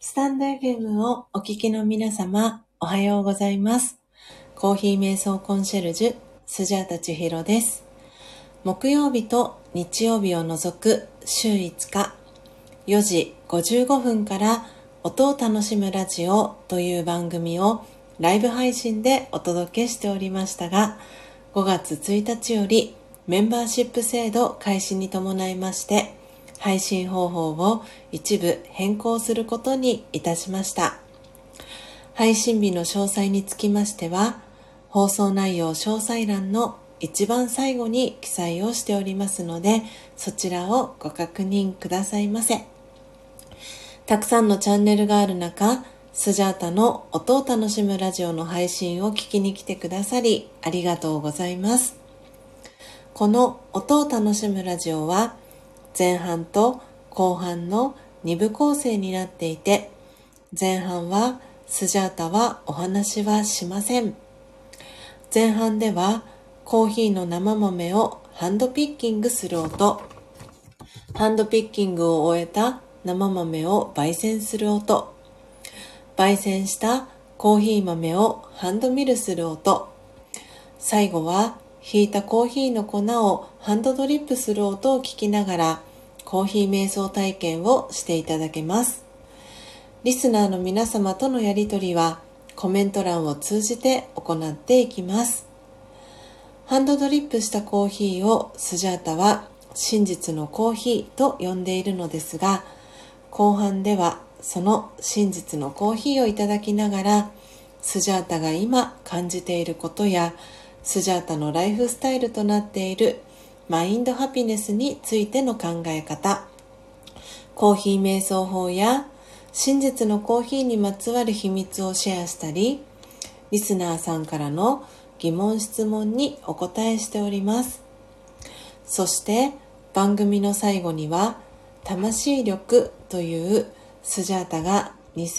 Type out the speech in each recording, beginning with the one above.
スタンド FM をお聞きの皆様、おはようございます。コーヒー瞑想コンシェルジュ、スジャータ千尋です。木曜日と日曜日を除く週5日、4時55分から音を楽しむラジオという番組をライブ配信でお届けしておりましたが、5月1日よりメンバーシップ制度開始に伴いまして、配信方法を一部変更することにいたしました。配信日の詳細につきましては、放送内容詳細欄の一番最後に記載をしておりますので、そちらをご確認くださいませ。たくさんのチャンネルがある中、スジャータの音を楽しむラジオの配信を聞きに来てくださり、ありがとうございます。この音を楽しむラジオは、前半と後半の2部構成になっていて、前半はスジャータはお話はしません。前半ではコーヒーの生豆をハンドピッキングする音、ハンドピッキングを終えた生豆を焙煎する音、焙煎したコーヒー豆をハンドミルする音、最後はひいたコーヒーの粉をハンドドリップする音を聞きながらコーヒー瞑想体験をしていただけます。リスナーの皆様とのやりとりはコメント欄を通じて行っていきます。ハンドドリップしたコーヒーをスジャータは真実のコーヒーと呼んでいるのですが、後半ではその真実のコーヒーをいただきながら、スジャータが今感じていることやスジャータのライフスタイルとなっているマインドハピネスについての考え方、コーヒー瞑想法や真実のコーヒーにまつわる秘密をシェアしたり、リスナーさんからの疑問質問にお答えしております。そして番組の最後には魂力というスジャータが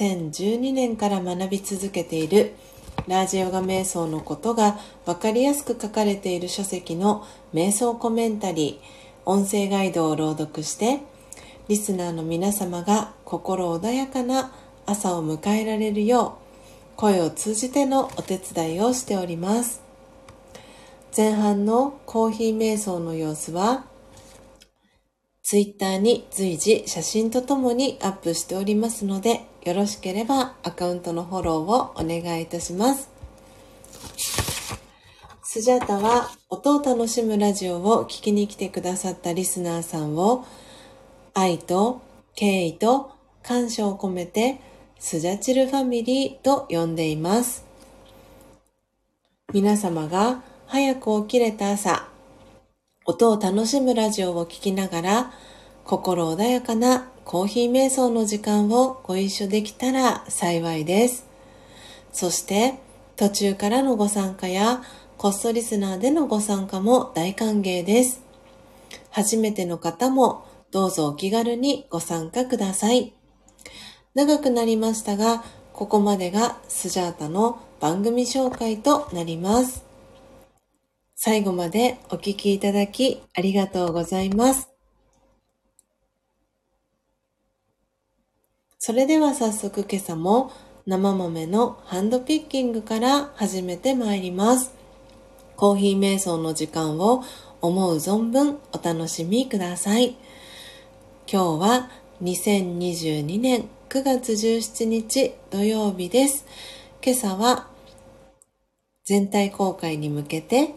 2012年から学び続けているラージヨガ瞑想のことが分かりやすく書かれている書籍の瞑想コメンタリー、音声ガイドを朗読して、リスナーの皆様が心穏やかな朝を迎えられるよう、声を通じてのお手伝いをしております。前半のコーヒー瞑想の様子は、ツイッターに随時写真とともにアップしておりますので、よろしければアカウントのフォローをお願いいたします。スジャータは音を楽しむラジオを聞きに来てくださったリスナーさんを愛と敬意と感謝を込めてスジャチルファミリーと呼んでいます。皆様が早く起きれた朝、音を楽しむラジオを聞きながら心穏やかなコーヒー瞑想の時間をご一緒できたら幸いです。そして途中からのご参加やコストリスナーでのご参加も大歓迎です。初めての方もどうぞお気軽にご参加ください。長くなりましたが、ここまでがスジャータの番組紹介となります。最後までお聞きいただきありがとうございます。それでは早速今朝も生豆のハンドピッキングから始めてまいります。コーヒー瞑想の時間を思う存分お楽しみください。今日は2022年9月17日土曜日です。今朝は全体公開に向けて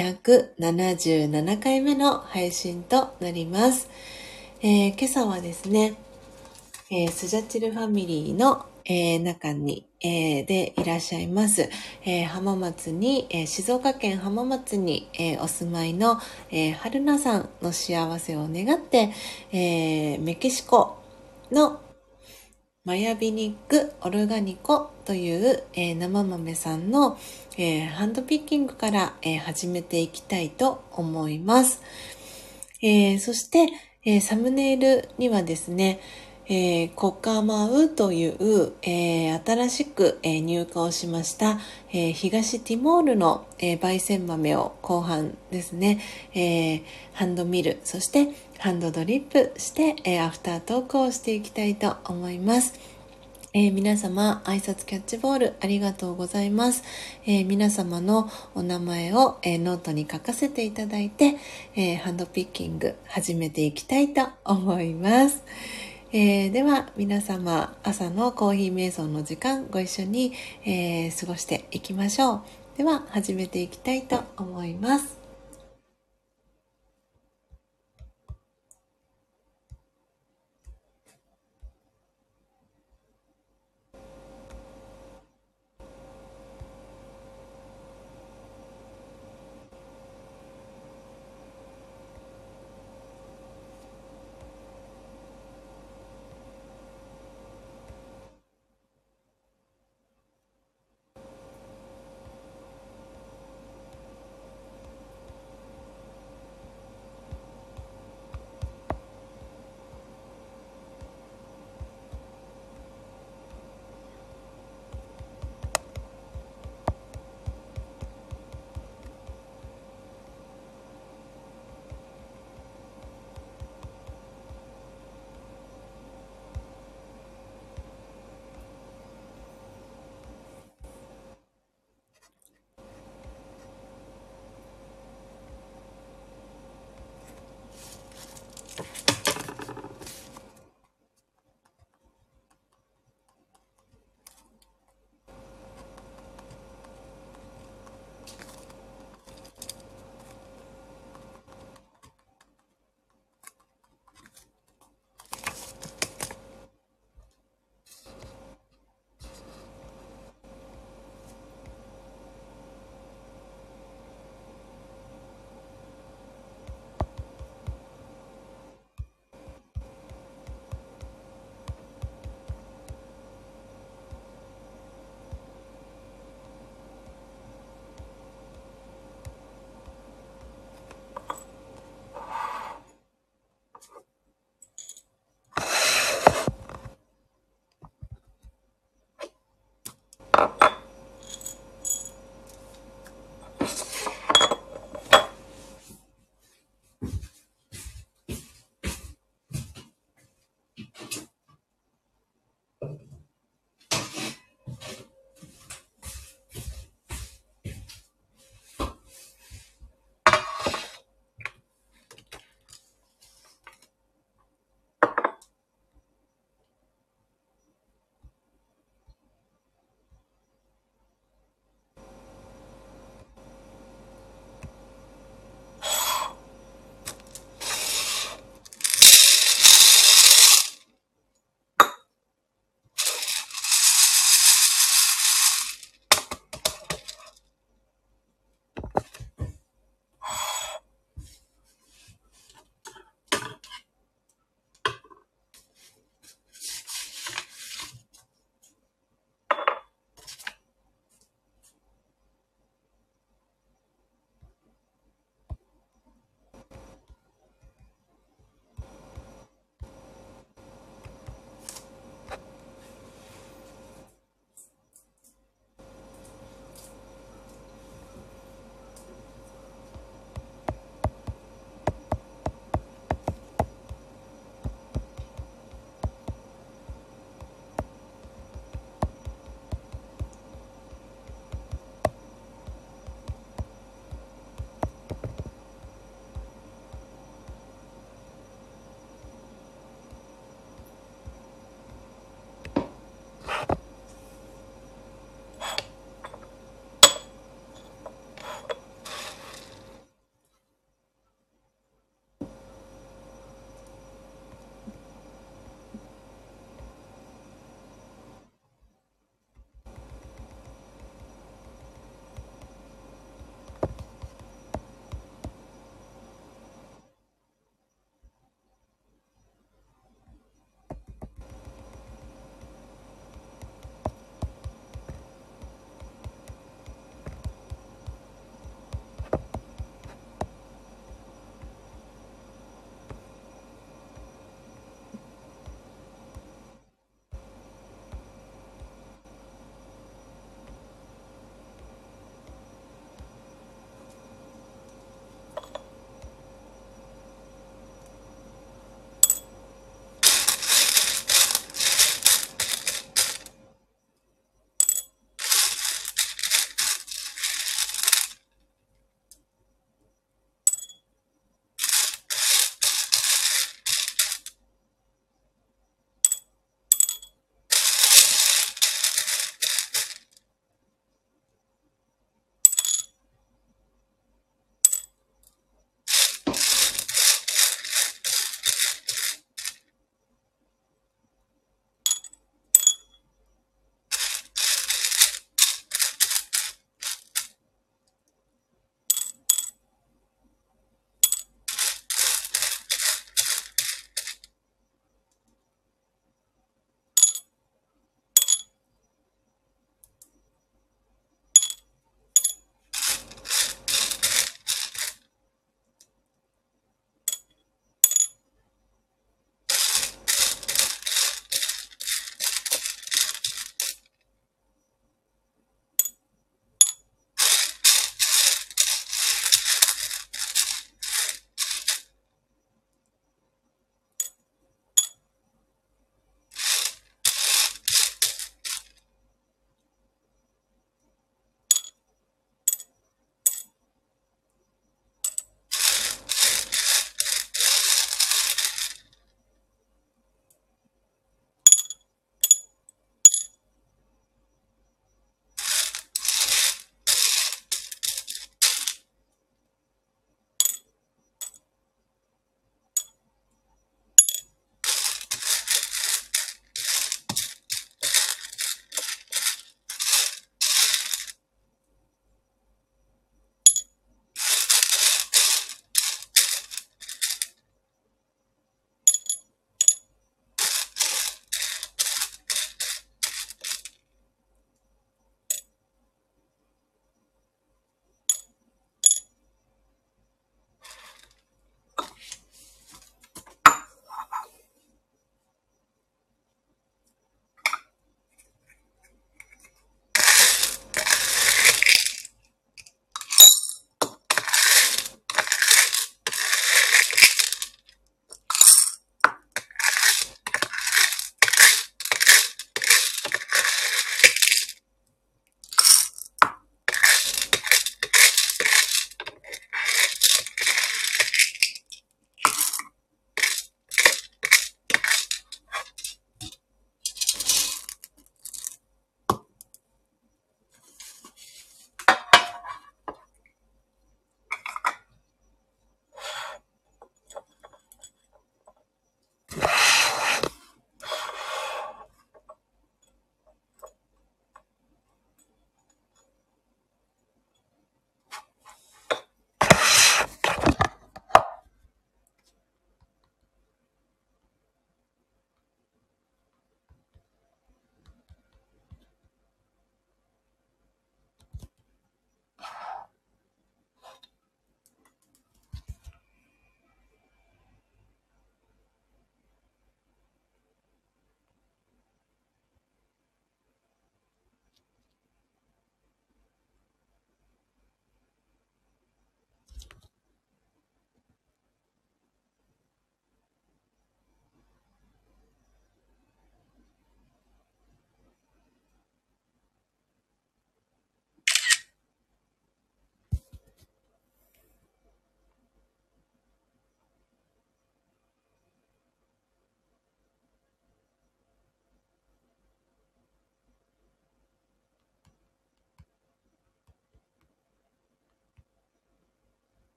277回目の配信となります。今朝はですね、スジャチルファミリーの、中に、でいらっしゃいます、浜松に、静岡県浜松に、お住まいの、春菜さんの幸せを願って、メキシコのマヤビニックオルガニコという、生豆さんの、ハンドピッキングから、始めていきたいと思います。そして、サムネイルにはですね、コカマウという、新しく、入荷をしました、東ティモールの、焙煎豆を後半ですね、ハンドミル、そしてハンドドリップして、アフタートークをしていきたいと思います。 皆様挨拶キャッチボールありがとうございます。皆様のお名前を、ノートに書かせていただいて、ハンドピッキング始めていきたいと思います。では皆様朝のコーヒー瞑想の時間ご一緒に、過ごしていきましょう。では始めていきたいと思います。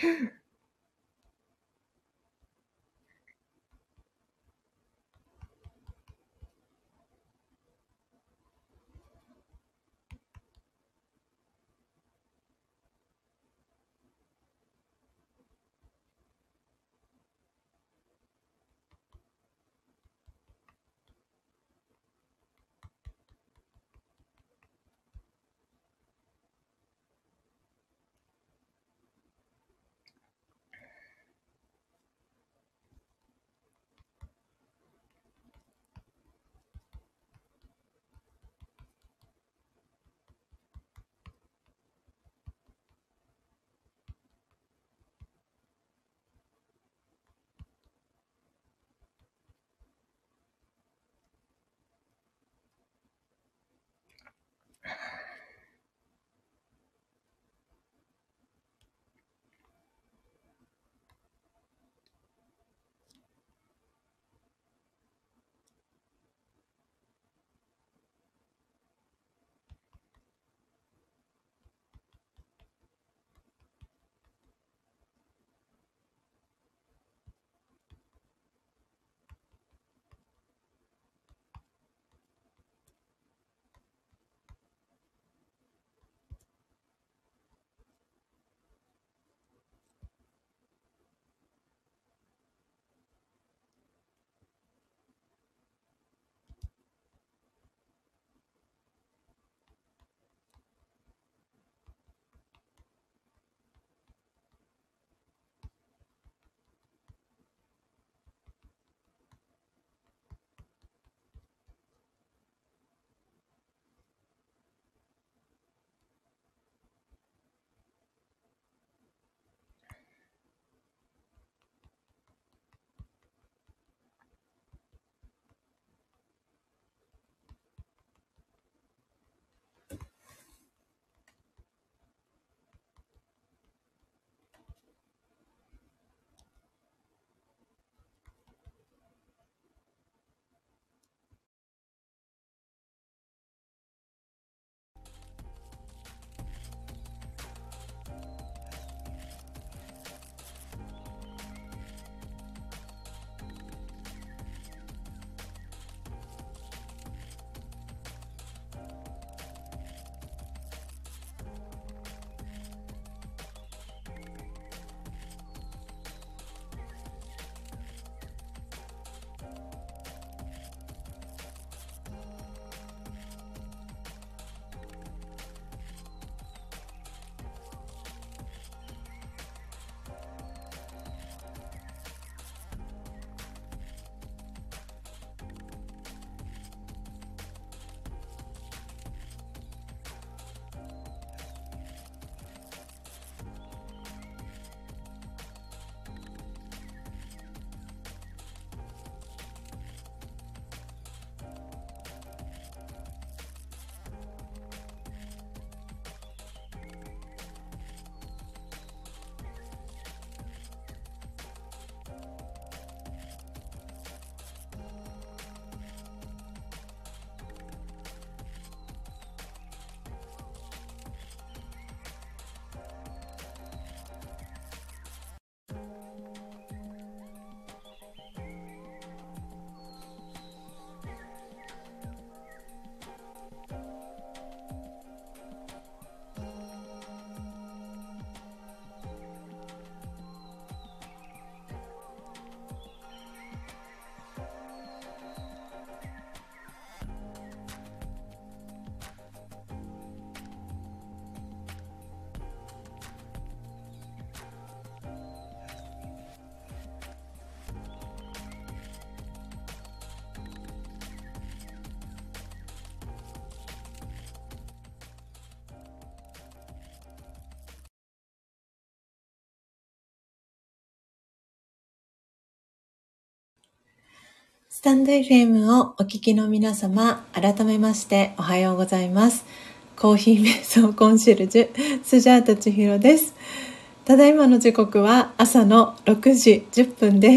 スタンド FM をお聞きの皆様、改めましておはようございます。コーヒー瞑想コンシェルジュ、スジャータ千尋です。ただいまの時刻は朝の6時10分です。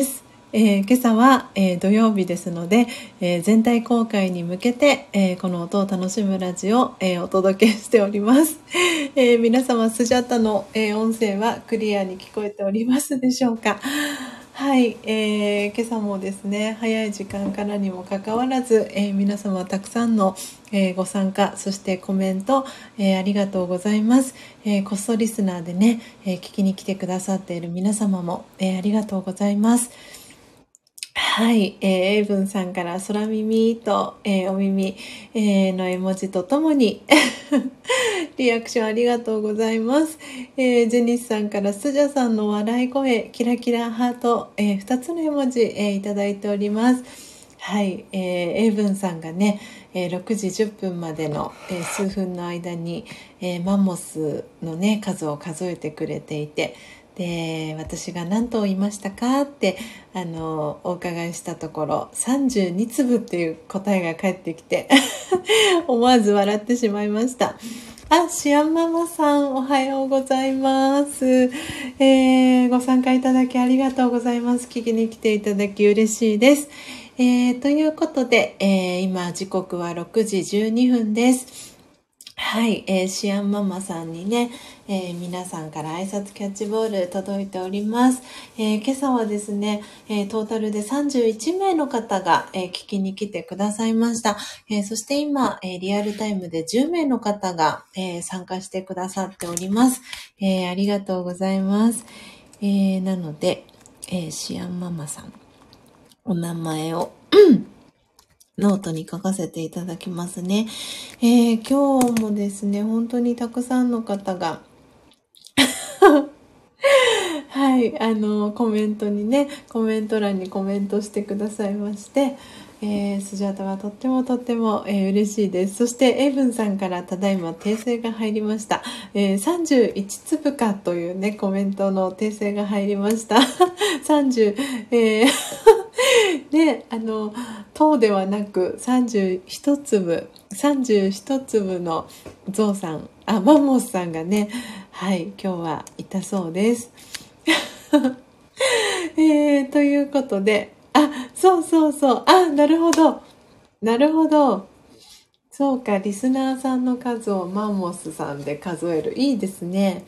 今朝は、土曜日ですので、全体公開に向けて、この音を楽しむラジオを、お届けしております。皆様スジャタの、音声はクリアに聞こえておりますでしょうか。はい、今朝もですね、早い時間からにもかかわらず、皆様たくさんの、ご参加、そしてコメント、ありがとうございます。こっそリスナーでね、聞きに来てくださっている皆様も、ありがとうございます。はい、エイブンさんから空耳と、お耳、の絵文字とともにリアクションありがとうございます。ジェニスさんからスジャさんの笑い声、キラキラハート、2つの絵文字、いただいております。はい、エイブンさんがね、6時10分までの、数分の間に、マンモスのね、数を数えてくれていて、で、私が何と言いましたかってお伺いしたところ、32粒っていう答えが返ってきて思わず笑ってしまいました。あ、シアンママさんおはようございます、ご参加いただきありがとうございます。聞きに来ていただき嬉しいです。ということで、今時刻は6時12分です。はい、シアンママさんにね、皆さんから挨拶キャッチボール届いております。今朝はですね、トータルで31名の方が、聞きに来てくださいました。そして今、リアルタイムで10名の方が、参加してくださっております。ありがとうございます。なので、シアンママさん、お名前をノートに書かせていただきますね。今日もですね、本当にたくさんの方がはい、コメントにね、コメント欄にコメントしてくださいまして、スジャータはとってもとっても、嬉しいです。そして、エイブンさんからただいま訂正が入りました。31粒かというね、コメントの訂正が入りました。30、で、糖ではなく31粒のゾウさん、マンモスさんがね、はい、今日はいたそうです。ということで、そう、なるほど。なるほど。そうか、リスナーさんの数をマンモスさんで数える。いいですね。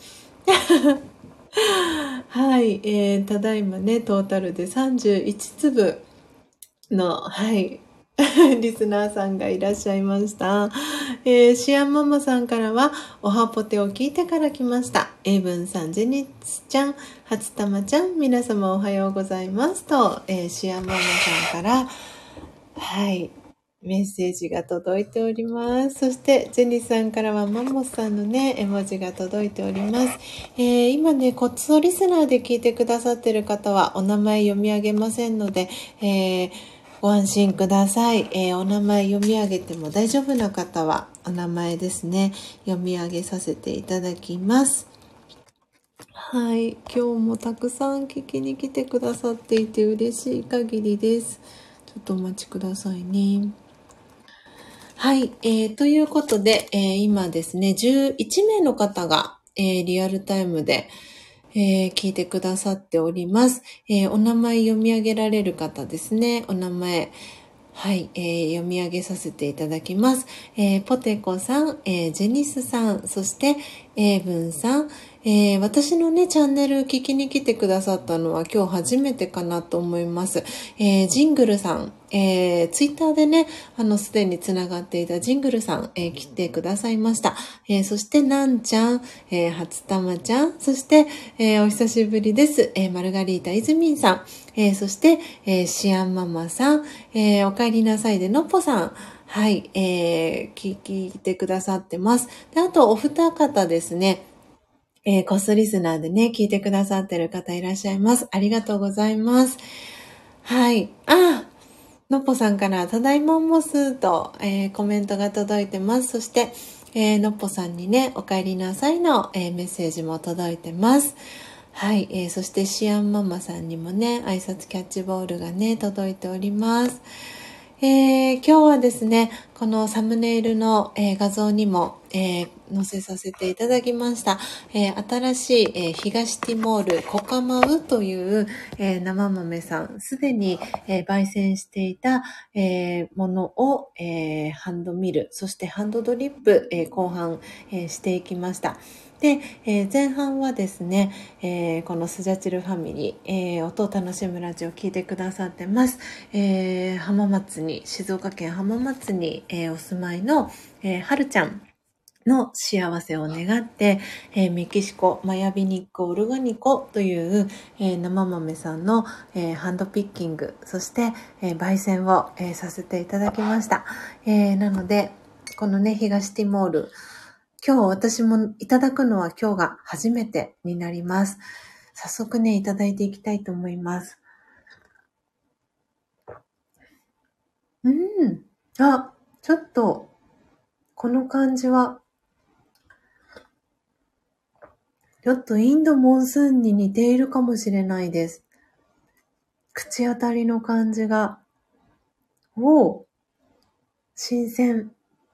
はい、ただいまね、トータルで31粒の、はい、リスナーさんがいらっしゃいました。シアンママさんからは、おはぽてを聞いてから来ました。エイブンさん、ジェニスちゃん、初玉ちゃん、皆様おはようございますと、シアンママさんから、はい、メッセージが届いております。そして、ジェニスさんからは、マンモスさんのね、絵文字が届いております。今ね、こっそリスナーで聞いてくださっている方は、お名前読み上げませんので、ご安心ください。お名前読み上げても大丈夫な方はお名前ですね、読み上げさせていただきます。はい、今日もたくさん聞きに来てくださっていて嬉しい限りです。ちょっとお待ちくださいね。はい、ということで、今ですね、11名の方が、リアルタイムで聞いてくださっております。お名前読み上げられる方ですね。お名前、はい、読み上げさせていただきます。ポテコさん、ジェニスさん、そして、エイブンさん、私のね、チャンネル聞きに来てくださったのは今日初めてかなと思います。ジングルさん、ツイッターでね、すでにつながっていたジングルさん、来てくださいました。そして、なんちゃん、初玉ちゃん、そして、お久しぶりです。マルガリータイズミンさん、そして、シアンママさん、お帰りなさいでのっぽさん、はい、聞いてくださってます。で、あと、お二方ですね。コストリスナーでね、聞いてくださってる方いらっしゃいます。ありがとうございます。はい。のっぽさんから、ただいまんもすと、コメントが届いてます。そして、のっぽさんにね、お帰りなさいの、メッセージも届いてます。はい。そして、シアンママさんにもね、挨拶キャッチボールがね、届いております。今日はですね、 このサムネイルの、画像にも、載せさせていただきました。新しい、東ティモールコカマウという、生豆さん、すでに、焙煎していた、ものを、ハンドミル、そしてハンドドリップ、後半、していきました。で、前半はですね、このスジャチルファミリー、音を楽しむラジオを聞いてくださってます。浜松に、静岡県浜松に、お住まいの、はるちゃんの幸せを願って、メキシコマヤビニックオルガニコという、生豆さんの、ハンドピッキング、そして、焙煎を、させていただきました。なので、このね、東ティモール、今日私もいただくのは今日が初めてになります。早速ね、いただいていきたいと思います。あ、ちょっと、この感じは、ちょっとインドモンスーンに似ているかもしれないです。口当たりの感じが、新鮮。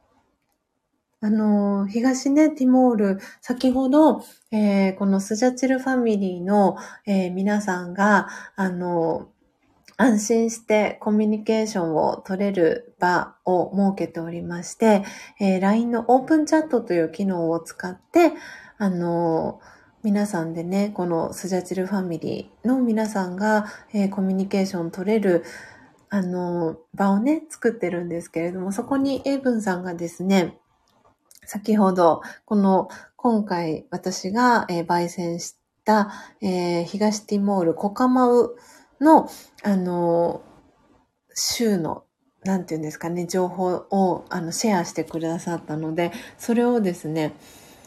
東ね、ティモール、先ほど、このスジャチルファミリーの、皆さんが、安心してコミュニケーションを取れる場を設けておりまして、LINE のオープンチャットという機能を使って、皆さんでね、このスジャチルファミリーの皆さんが、コミュニケーション取れる、場をね、作ってるんですけれども、そこにエイブンさんがですね、先ほど、今回私が、焙煎した、東ティモールコカマウの、州の、なんていうんですかね、情報を、シェアしてくださったので、それをですね、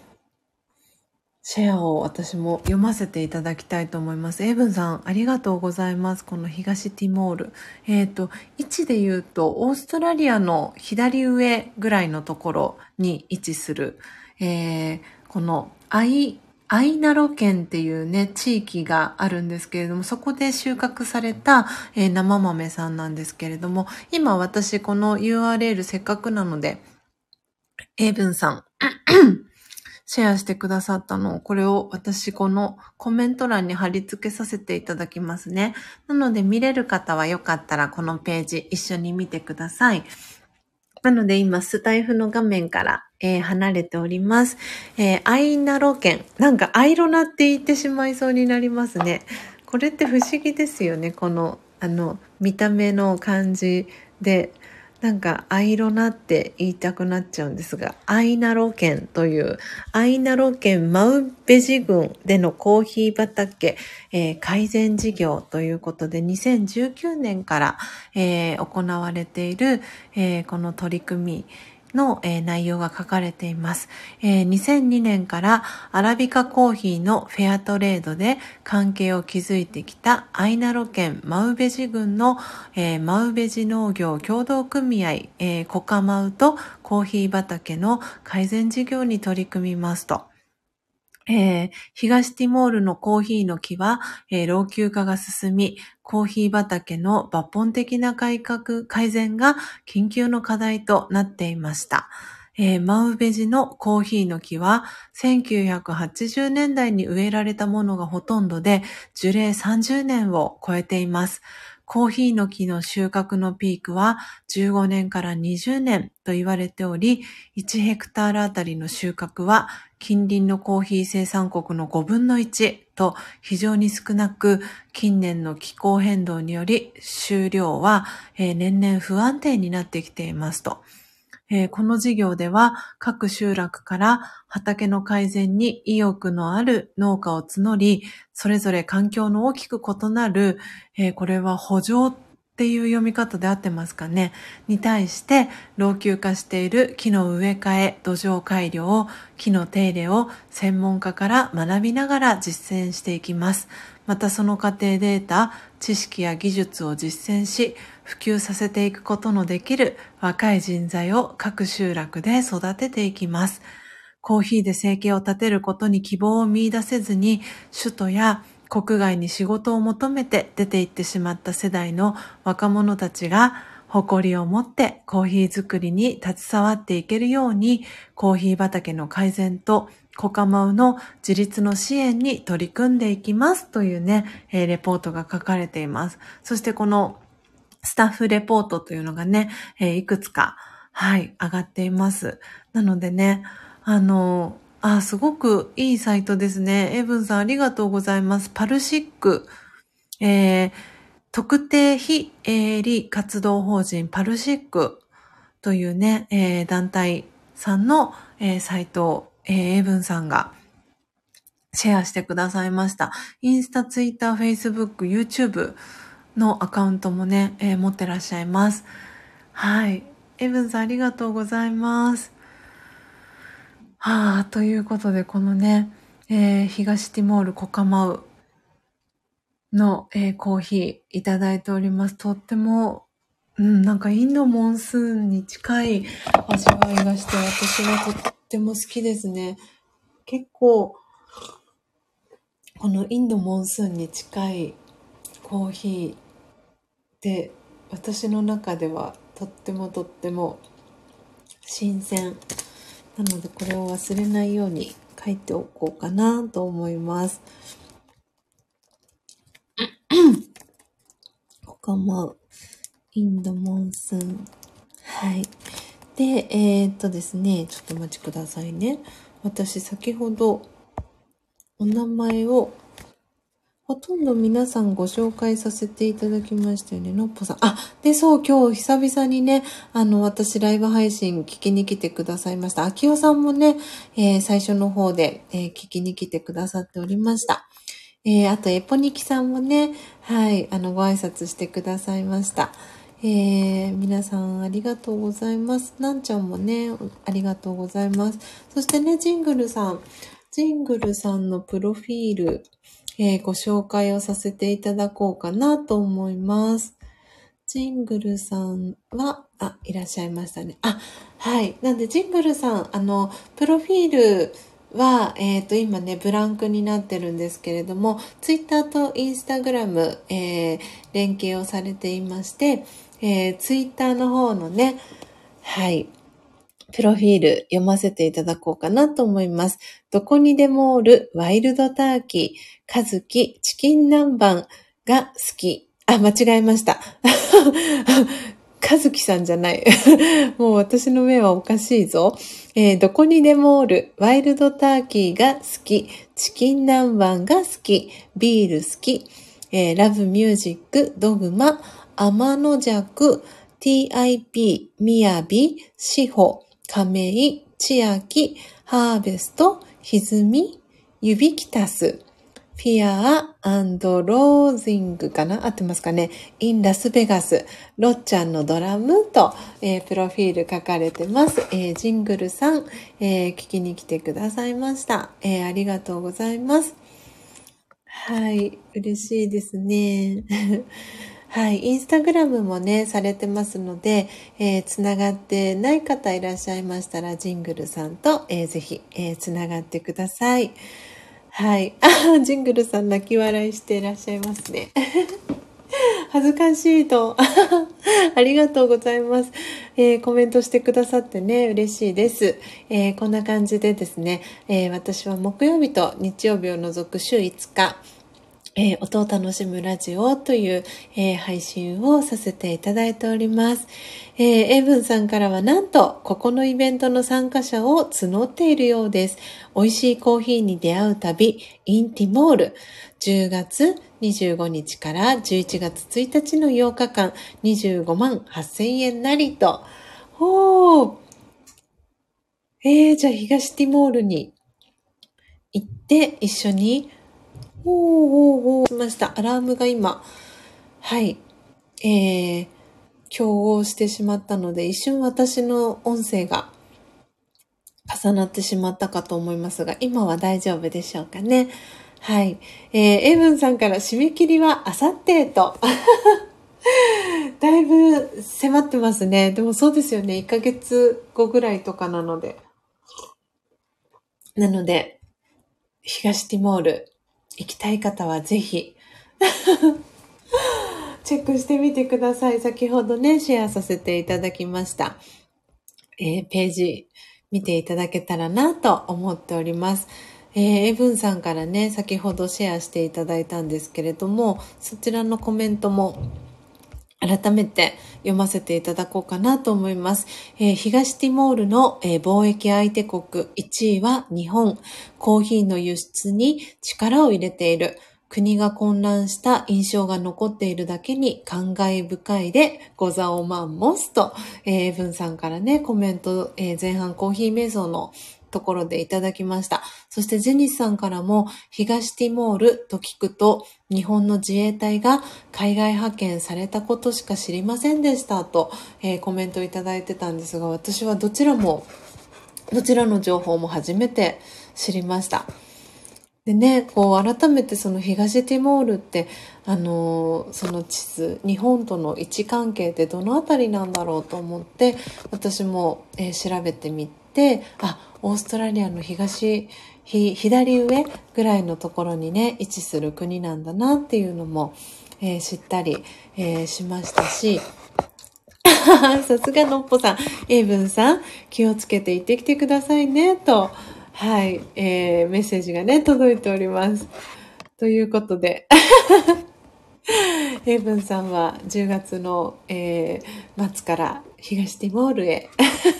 シェアを私も読ませていただきたいと思います。エイブンさん、ありがとうございます。この東ティモール。位置で言うと、オーストラリアの左上ぐらいのところに位置する、このアイナロ県っていうね、地域があるんですけれども、そこで収穫された、生豆さんなんですけれども、今私この URL せっかくなので、エイブンさん、シェアしてくださったのを、これを私このコメント欄に貼り付けさせていただきますね。なので見れる方はよかったらこのページ一緒に見てください。なので今スタイフの画面から、離れております。アイナロ県。なんかアイロナって言ってしまいそうになりますね。これって不思議ですよね。この、見た目の感じで。なんか、アイロナって言いたくなっちゃうんですが、アイナロ県という、アイナロ県マウベジ郡でのコーヒー畑、改善事業ということで、2019年から、行われている、この取り組みの、内容が書かれています。2002年からアラビカコーヒーのフェアトレードで関係を築いてきたアイナロ県マウベジ郡の、マウベジ農業協同組合、コカマウとコーヒー畑の改善事業に取り組みますと。東ティモールのコーヒーの木は、老朽化が進み、コーヒー畑の抜本的な改善が緊急の課題となっていました。マウベジのコーヒーの木は1980年代に植えられたものがほとんどで、樹齢30年を超えています。コーヒーの木の収穫のピークは15年から20年と言われており、1ヘクタールあたりの収穫は近隣のコーヒー生産国の5分の1と非常に少なく、近年の気候変動により収量は年々不安定になってきていますと。この事業では各集落から畑の改善に意欲のある農家を募り、それぞれ環境の大きく異なる、これは圃場っていう読み方で合ってますかね、に対して老朽化している木の植え替え、土壌改良、木の手入れを専門家から学びながら実践していきます。またその過程で得た知識や技術を実践し、普及させていくことのできる若い人材を各集落で育てていきます。コーヒーで生計を立てることに希望を見出せずに、首都や国外に仕事を求めて出て行ってしまった世代の若者たちが誇りを持ってコーヒー作りに携わっていけるように、コーヒー畑の改善とコカマウの自立の支援に取り組んでいきますというね、レポートが書かれています。そしてこのスタッフレポートというのがね、いくつか、はい、上がっています。なのでね、すごくいいサイトですね。エブンさんありがとうございます。パルシック、特定非営利活動法人パルシックというね、団体さんの、サイトを、エブンさんがシェアしてくださいました。インスタ、ツイッター、フェイスブック、YouTube のアカウントもね、持ってらっしゃいます。はい。エブンさんありがとうございます。ということで、このね、東ティモールコカマウの、コーヒーいただいております。とっても、なんかインドモンスーンに近い味わいがして、私はとっても好きですね。結構、このインドモンスーンに近いコーヒーって私の中ではとっても新鮮なので、これを忘れないように書いておこうかなと思います。コカマウインドモンスーン、はい。で、ですね、ちょっとお待ちくださいね。私先ほどお名前をほとんど皆さんご紹介させていただきましたよね。のっぽさん。で、そう、今日久々にね、私ライブ配信聞きに来てくださいました。あきおさんもね、最初の方で、聞きに来てくださっておりました。あと、エポニキさんもね、はい、ご挨拶してくださいました。皆さんありがとうございます。なんちゃんもね、ありがとうございます。そしてね、ジングルさんのプロフィール、ご紹介をさせていただこうかなと思います。ジングルさんは、いらっしゃいましたね。はい。なんで、ジングルさん、プロフィールは、今ね、ブランクになってるんですけれども、ツイッターとインスタグラム、連携をされていまして、ツイッターの方のね、はい。プロフィール読ませていただこうかなと思います。どこにでもおるワイルドターキー、かずきチキン南蛮が好き。間違えました。かずきさんじゃない。もう私の目はおかしいぞ。どこにでもおるワイルドターキーが好き、チキン南蛮が好き、ビール好き、ラブミュージック、ドグマ、天の弱、TIP、みやび、しほ、亀井、千秋、ハーベスト、歪み、指きたす、フィアー&ロージングかな合ってますかね、インラスベガス、ロッちゃんのドラムと、プロフィール書かれてます。ジングルさん、聞きに来てくださいました。ありがとうございます。はい、嬉しいですね。はい、インスタグラムもね、されてますので、つながってない方いらっしゃいましたら、ジングルさんと、ぜひ、つながってください。はい。ジングルさん泣き笑いしていらっしゃいますね。恥ずかしいと。ありがとうございます。コメントしてくださってね、嬉しいです。こんな感じでですね、私は木曜日と日曜日を除く週5日、音を楽しむラジオという、配信をさせていただいております。エイブンさんからはなんとここのイベントの参加者を募っているようです。美味しいコーヒーに出会う旅 in ティモール、10月25日から11月1日の8日間25万8000円なりと。じゃあ東ティモールに行って一緒にしました。アラームが今、はい、競合してしまったので、一瞬私の音声が重なってしまったかと思いますが、今は大丈夫でしょうかね。はい。エイブンさんから締め切りはあさってと。だいぶ迫ってますね。でもそうですよね。1ヶ月後ぐらいとかなので。東ティモール行きたい方はぜひ。 チェックしてみてください。先ほどね、シェアさせていただきました。ページ見ていただけたらなと思っております。エブンさんからね、先ほどシェアしていただいたんですけれども、そちらのコメントも改めて読ませていただこうかなと思います。東ティモールの、貿易相手国1位は日本。コーヒーの輸出に力を入れている。国が混乱した印象が残っているだけに感慨深いでござおまんもすと、文さんからね、コメント、前半コーヒー瞑想のところでいただきました。そしてジェニスさんからも東ティモールと聞くと日本の自衛隊が海外派遣されたことしか知りませんでしたと、コメントいただいてたんですが、私はどちらの情報も初めて知りました。でね、こう改めてその東ティモールってその地図、日本との位置関係ってどのあたりなんだろうと思って私も、調べてみて、オーストラリアの左上ぐらいのところにね位置する国なんだなっていうのも、知ったり、しましたし、さすがのっぽさん、エイブンさん気をつけて行ってきてくださいねと、はい、メッセージがね届いております。ということでエイブンさんは10月の、末から東ティモールへ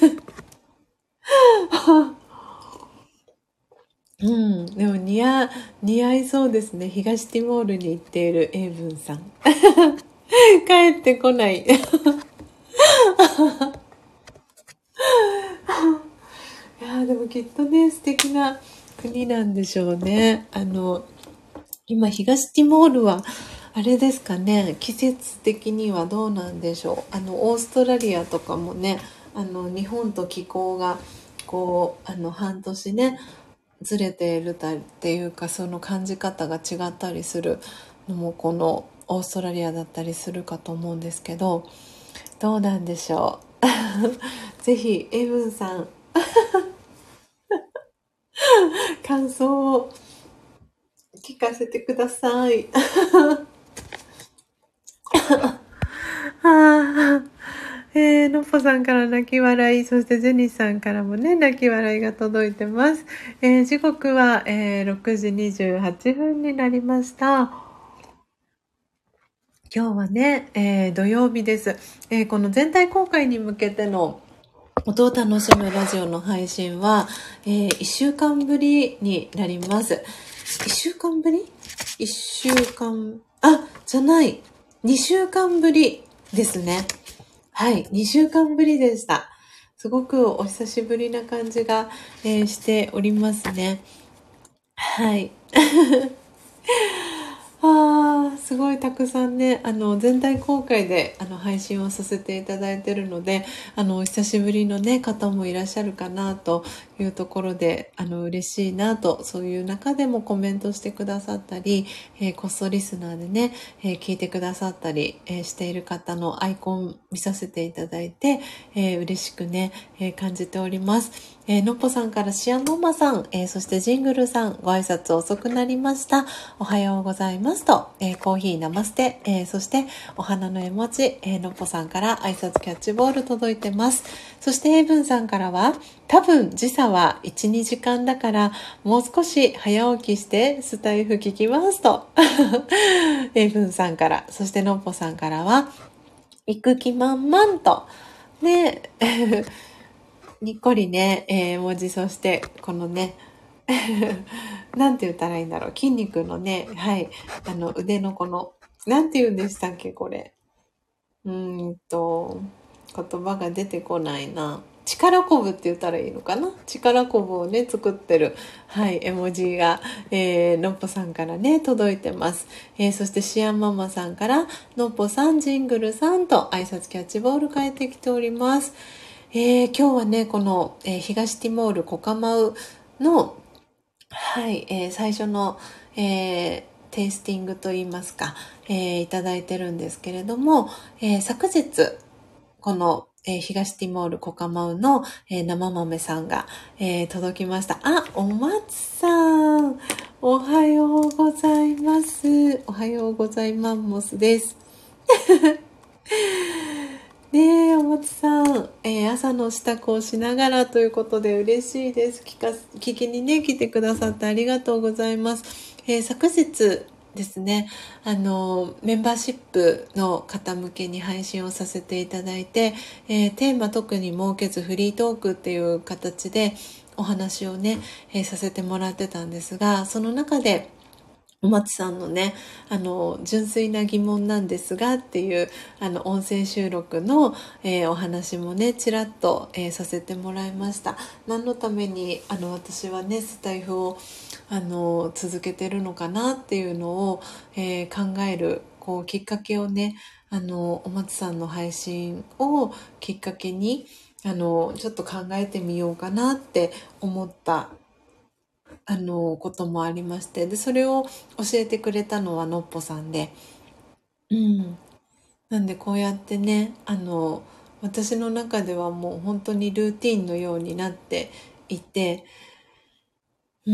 うん、でも似合いそうですね。東ティモールに行っているエイブンさん帰ってこないいやでもきっとね素敵な国なんでしょうね。今東ティモールはあれですかね、季節的にはどうなんでしょう。オーストラリアとかもね、日本と気候がこう半年ねずれているっていうか、その感じ方が違ったりするのもこのオーストラリアだったりするかと思うんですけど、どうなんでしょうぜひエブンさん感想を聞かせてくださいのっぽさんから泣き笑い、そしてジェニスさんからもね泣き笑いが届いてます。時刻は、6時28分になりました。今日はね、土曜日です。この全体公開に向けての音を楽しむラジオの配信は、1週間ぶりになります。1週間ぶり ?1 週間、じゃない。2週間ぶりですね。はい、2週間ぶりでした。すごくお久しぶりな感じが、しておりますね。はい。すごいたくさんね、全体公開で配信をさせていただいているので、お久しぶりのね方もいらっしゃるかなというところで、嬉しいなと、そういう中でもコメントしてくださったり、こっそリスナーでね、聞いてくださったり、している方のアイコン見させていただいて、嬉しくね、感じております。のっぽさんからシアンママさん、そしてジングルさん、ご挨拶遅くなりました。おはようございますと、コーヒーナマステ、そしてお花の絵文字、のっぽさんから挨拶キャッチボール届いてます。そしてエイブンさんからは、多分時差は 1,2 時間だからもう少し早起きしてスタイフ聞きますとエイブンさんから、そしてのっぽさんからは行く気満々とねにっこりね、絵文字、そしてこのねなんて言ったらいいんだろう、筋肉のね、はい、腕のこのなんて言うんでしたっけこれ、言葉が出てこないな。力こぶって言ったらいいのかな、力こぶをね作ってる、はい、絵文字が、のっぽさんからね届いてます。そしてシアンママさんからのっぽさん、ジングルさんと挨拶キャッチボール返ってきております。今日はねこの、東ティモールコカマウのはい、最初の、テイスティングといいますか、いただいてるんですけれども、昨日この、東ティモールコカマウの、生豆さんが、届きました。お松さんおはようございます。おはようございマンモスです。 ねえ、お松さん、朝の支度をしながらということで嬉しいです。聞きにね、来てくださってありがとうございます。昨日ですね、メンバーシップの方向けに配信をさせていただいて、テーマ特に設けずフリートークっていう形でお話をね、させてもらってたんですが、その中で、お松さんのね、純粋な疑問なんですがっていう、音声収録の、お話もね、ちらっと、させてもらいました。何のために、私はね、スタイフを、続けてるのかなっていうのを、考える、こう、きっかけをね、お松さんの配信をきっかけに、ちょっと考えてみようかなって思ったこともありまして、で、それを教えてくれたのはのっぽさんで、うん。なんでこうやってね、私の中ではもう本当にルーティンのようになっていて、うん。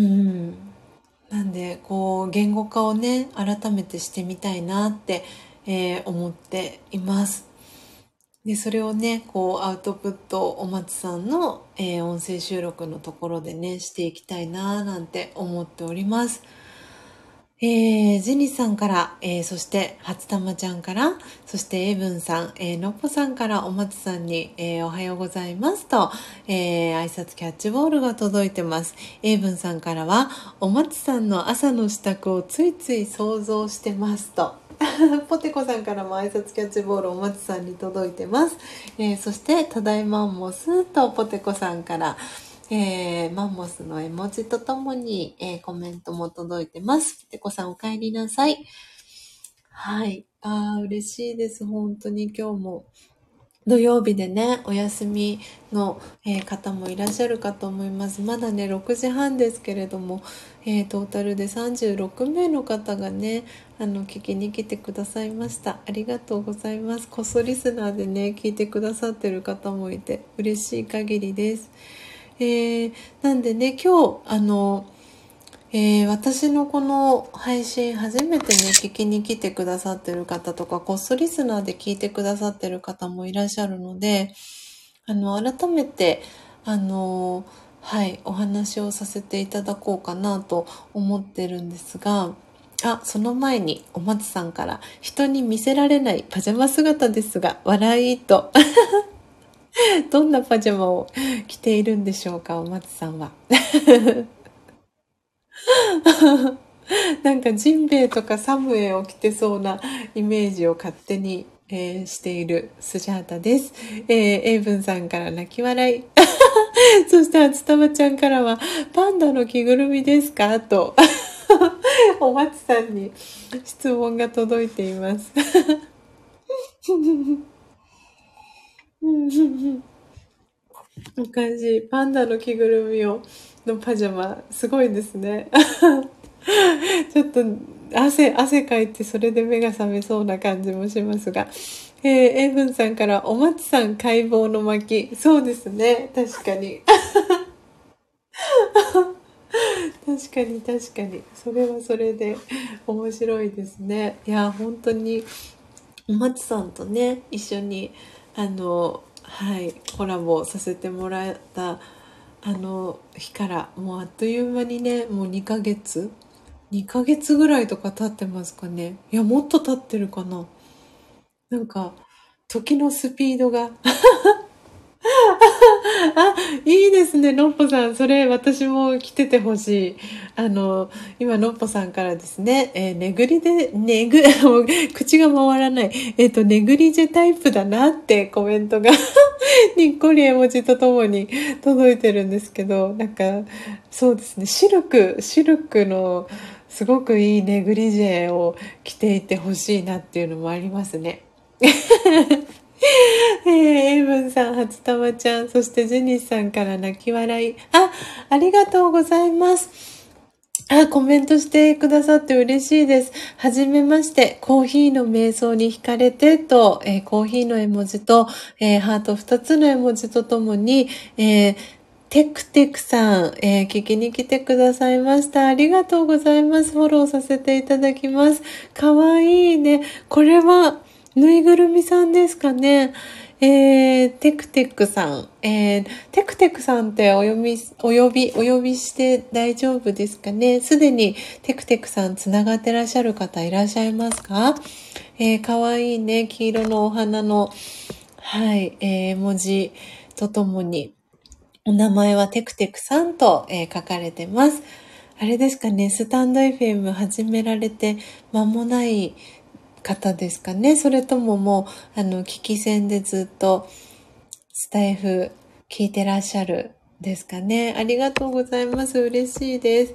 なんで、こう、言語化をね、改めてしてみたいなって、思っています。で、それをね、こう、アウトプットお松さんの、音声収録のところでね、していきたいななんて思っております。ジェニーさんから、そして初玉ちゃんから、そしてエブンさん、のっぽさんからお松さんに、おはようございますと、挨拶キャッチボールが届いてます。エブンさんからは、お松さんの朝の支度をついつい想像してますと。ポテコさんからも挨拶キャッチボールお松さんに届いてます。そしてただいまんもすとポテコさんから、マンモスの絵文字とともに、コメントも届いてます。ポテコさんお帰りなさい。はい。嬉しいです。本当に今日も。土曜日でね、お休みの、方もいらっしゃるかと思います。まだね、6時半ですけれども、トータルで36名の方がね、聞きに来てくださいました。ありがとうございます。こっそリスナーでね、聞いてくださってる方もいて、嬉しい限りです。なんでね、今日、私のこの配信初めてね、聞きに来てくださってる方とか、こっそリスナーで聞いてくださってる方もいらっしゃるので、改めて、はい、お話をさせていただこうかなと思ってるんですが、その前にお松さんから、人に見せられないパジャマ姿ですが、笑いと、どんなパジャマを着ているんでしょうか、お松さんは。なんかジンベエとかサムエを着てそうなイメージを勝手に、しているスジャータです。エイブンさんから泣き笑い。そして厚玉ちゃんからはパンダの着ぐるみですかとお松さんに質問が届いています。おかしい。パンダの着ぐるみのパジャマ、すごいですね。ちょっと汗かいてそれで目が覚めそうな感じもしますが。エイブンさんからお松さん待望の巻。そうですね。確かに。確かに確かに。それはそれで面白いですね。いや、本当にお松さんとね、一緒に、はい、コラボさせてもらった日からもうあっという間にね、もう2ヶ月ぐらいとか経ってますかね。いや、もっと経ってるかな。なんか、時のスピードが。いいですね、のっぽさん。それ、私も着ててほしい。今、のっぽさんからですね、もう口が回らない。ネグリジェタイプだなってコメントがにっこり絵文字とともに届いてるんですけど、なんか、そうですね、シルクのすごくいいネグリジェを着ていてほしいなっていうのもありますね。エイブンさん、初玉ちゃん、そしてジェニスさんから泣き笑い。ありがとうございます。コメントしてくださって嬉しいです。はじめまして、コーヒーの瞑想に惹かれてと、コーヒーの絵文字と、ハート2つの絵文字とともに、テクテクさん、聞きに来てくださいました。ありがとうございます。フォローさせていただきます。かわいいね。これは、 ぬいぐるみさんですかね。テクテクさん。テクテクさんってお呼びして大丈夫ですかね。すでにテクテクさんつながってらっしゃる方いらっしゃいますか？かわいいね、黄色のお花の、はい、文字とともに、お名前はテクテクさんと、書かれてます。あれですかね、スタンド FM 始められて間もない方ですかね。それとももう、聞き戦でずっとスタイフ聞いてらっしゃるですかね。ありがとうございます。嬉しいです。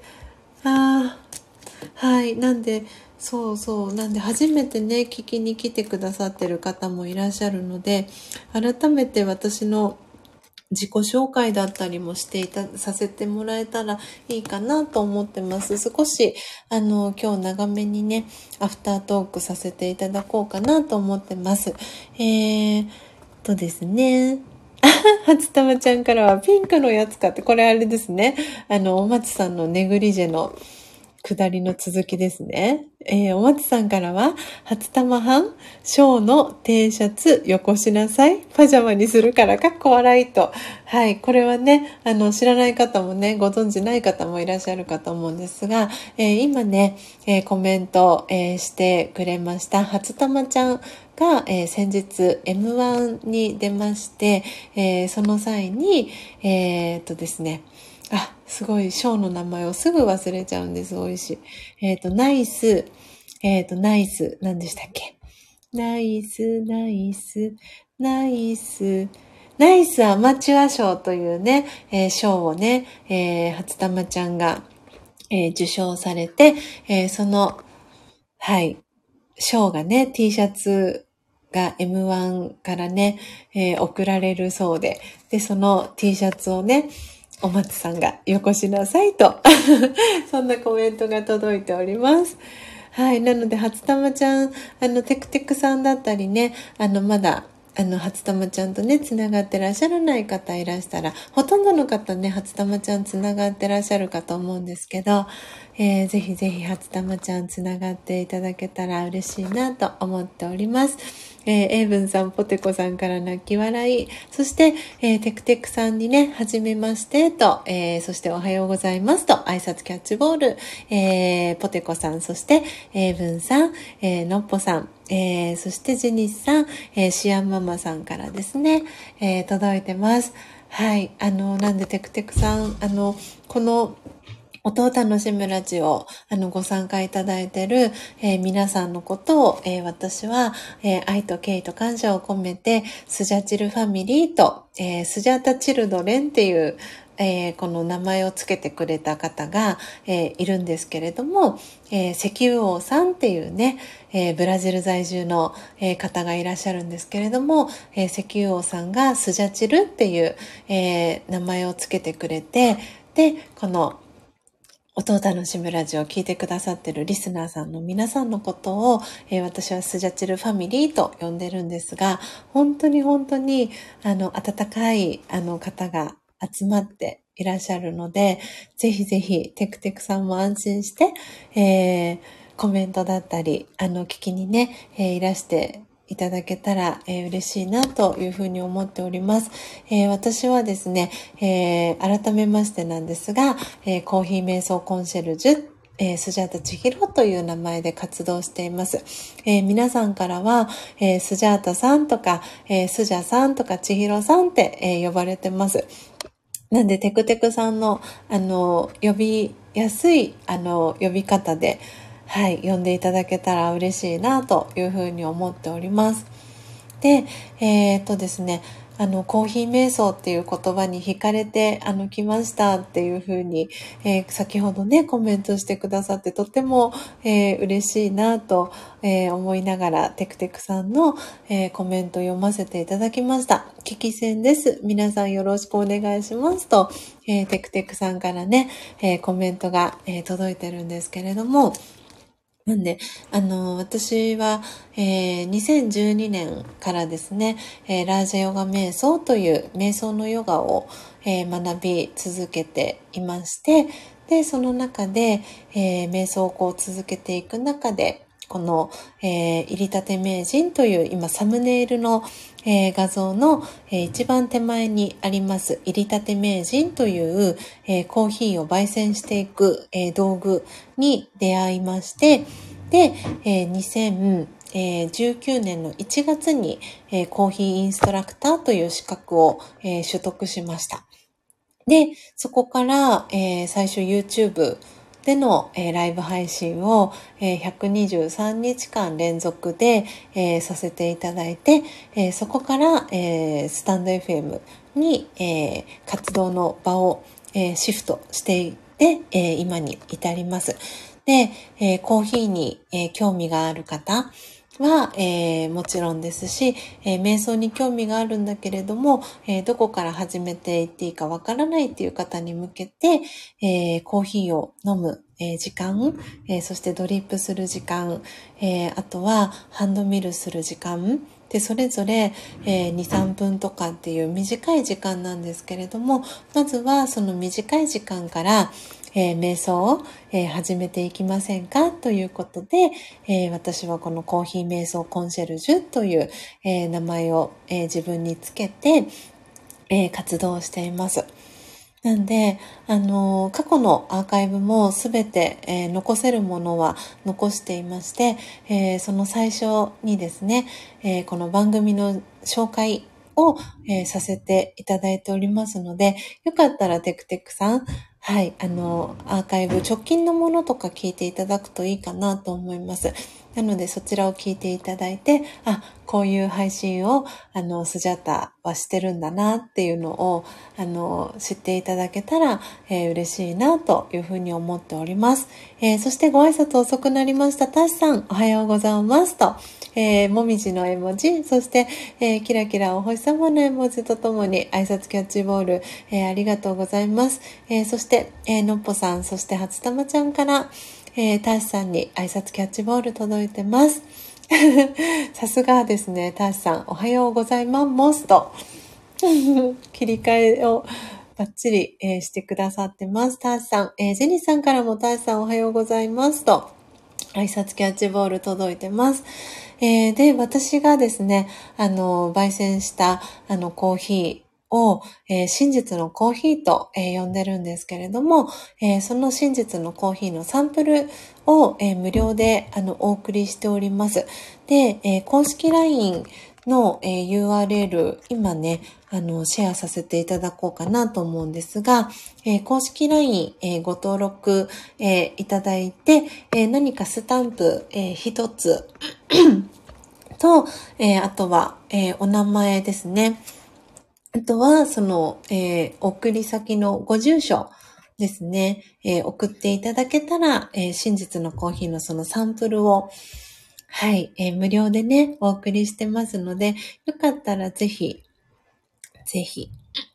はい。なんで、なんで初めてね、聞きに来てくださってる方もいらっしゃるので、改めて私の自己紹介だったりもさせてもらえたらいいかなと思ってます。少し、今日長めにね、アフタートークさせていただこうかなと思ってます。ですね。初玉ちゃんからはピンクのやつかって、これあれですね。お松さんのネグリジェの下りの続きですね。お松さんからは、初玉班、ショーの T シャツよこしなさい。パジャマにするからかっこ笑いと。はい。これはね、知らない方もね、ご存知ない方もいらっしゃるかと思うんですが、今ね、コメント、してくれました。初玉ちゃんが、先日 M1 に出まして、その際に、ですね、すごい、ショーの名前をすぐ忘れちゃうんです。美味しい。ナイス、ナイス、何でしたっけ？ナイス、ナイス、ナイス、ナイスアマチュア賞というね、賞をね、初玉ちゃんが、受賞されて、その、はい、賞がね、T シャツが M1 からね、送られるそうで、で、その T シャツをね、お松さんがよこしなさいとそんなコメントが届いております。はい。なので、初玉ちゃん、テクテクさんだったりね、まだ、初玉ちゃんとね、つながってらっしゃらない方いらしたら、ほとんどの方ね、初玉ちゃんつながってらっしゃるかと思うんですけど、ぜひぜひ初玉ちゃんつながっていただけたら嬉しいなと思っております。エイブンさん、ポテコさんから泣き笑い、そして、テクテクさんにね、はじめましてと、そしておはようございますと、挨拶キャッチボール、ポテコさん、そして、エイブンさん、のっぽさん、そしてジェニスさん、シアンママさんからですね、届いてます。はい。なんでテクテクさん、この、音を楽しむラジオ、ご参加いただいている、皆さんのことを、私は、愛と敬意と感謝を込めて、スジャチルファミリーと、スジャタチルドレンっていう、この名前をつけてくれた方が、いるんですけれども、石油王さんっていうね、ブラジル在住の、方がいらっしゃるんですけれども、石油王さんがスジャチルっていう、名前をつけてくれて、で、この音を楽しむラジオを聞いてくださっているリスナーさんの皆さんのことを、私はスジャチルファミリーと呼んでるんですが、本当に温かい、方が集まっていらっしゃるので、ぜひぜひ、テクテクさんも安心して、コメントだったり、聞きにね、いらしていただけたら、嬉しいなというふうに思っております。私はですね、改めましてなんですが、コーヒー瞑想コンシェルジュ、スジャータ千尋という名前で活動しています。皆さんからは、スジャータさんとか、スジャさんとか千尋さんって、呼ばれてます。なんで、テクテクさんの、呼びやすい、呼び方で、はい、呼んでいただけたら嬉しいなというふうに思っております。で、ですね、コーヒー瞑想っていう言葉に惹かれて、来ましたっていうふうに、先ほどね、コメントしてくださって、とっても、嬉しいなと、思いながら、テクテクさんの、コメント読ませていただきました。聞き戦です。皆さんよろしくお願いしますと、テクテクさんからね、コメントが、届いてるんですけれども、なんで、私は、2012年からですね、ラージャヨガ瞑想という瞑想のヨガを、学び続けていまして、で、その中で、瞑想をこう続けていく中で、 この、入りたて名人という今サムネイルの、画像の、一番手前にあります入りたて名人という、コーヒーを焙煎していく、道具に出会いまして、で、2019年の1月に、コーヒーインストラクターという資格を、取得しました。で、そこから、最初 YouTube での、ライブ配信を、123日間連続で、させていただいて、そこから、スタンド FM に、活動の場を、シフトしていって、今に至ります。で、コーヒーに、興味がある方は、もちろんですし、瞑想に興味があるんだけれども、どこから始めていっていいかわからないっていう方に向けて、コーヒーを飲む、時間、そしてドリップする時間、あとはハンドミルする時間で、それぞれ、2、3分とかっていう短い時間なんですけれども、まずはその短い時間から、瞑想を、始めていきませんかということで、私はこのコーヒー瞑想コンシェルジュという、名前を、自分につけて、活動しています。なんで、過去のアーカイブもすべて、残せるものは残していまして、その最初にですね、この番組の紹介を、させていただいておりますので、よかったらテクテクさん、はい、アーカイブ直近のものとか聞いていただくといいかなと思います。なのでそちらを聞いていただいて、こういう配信を、スジャタはしてるんだなっていうのを、知っていただけたら、嬉しいなというふうに思っております。そしてご挨拶遅くなりました。タシさん、おはようございますと、もみじの絵文字、そして、キラキラお星様の絵文字とともに挨拶キャッチボール、ありがとうございます。そして、のっぽさん、そして初玉ちゃんから、ターシさんに挨拶キャッチボール届いてます。さすがですね、ターシさん、おはようございますと。切り替えをバッチリ、してくださってます。ターシさん、ジェニーさんからもターシさんおはようございますと。挨拶キャッチボール届いてます。で、私がですね、焙煎した、コーヒーを、真実のコーヒーと、呼んでるんですけれども、その真実のコーヒーのサンプルを、無料で、お送りしております。で、公式 LINE の、URL、今ね、シェアさせていただこうかなと思うんですが、公式 LINE、ご登録、いただいて、何かスタンプ、一つと、あとは、お名前ですね。あとは、その、送り先のご住所ですね、送っていただけたら、真実のコーヒーのそのサンプルを、はい、無料でね、お送りしてますので、よかったらぜひ、ぜひ、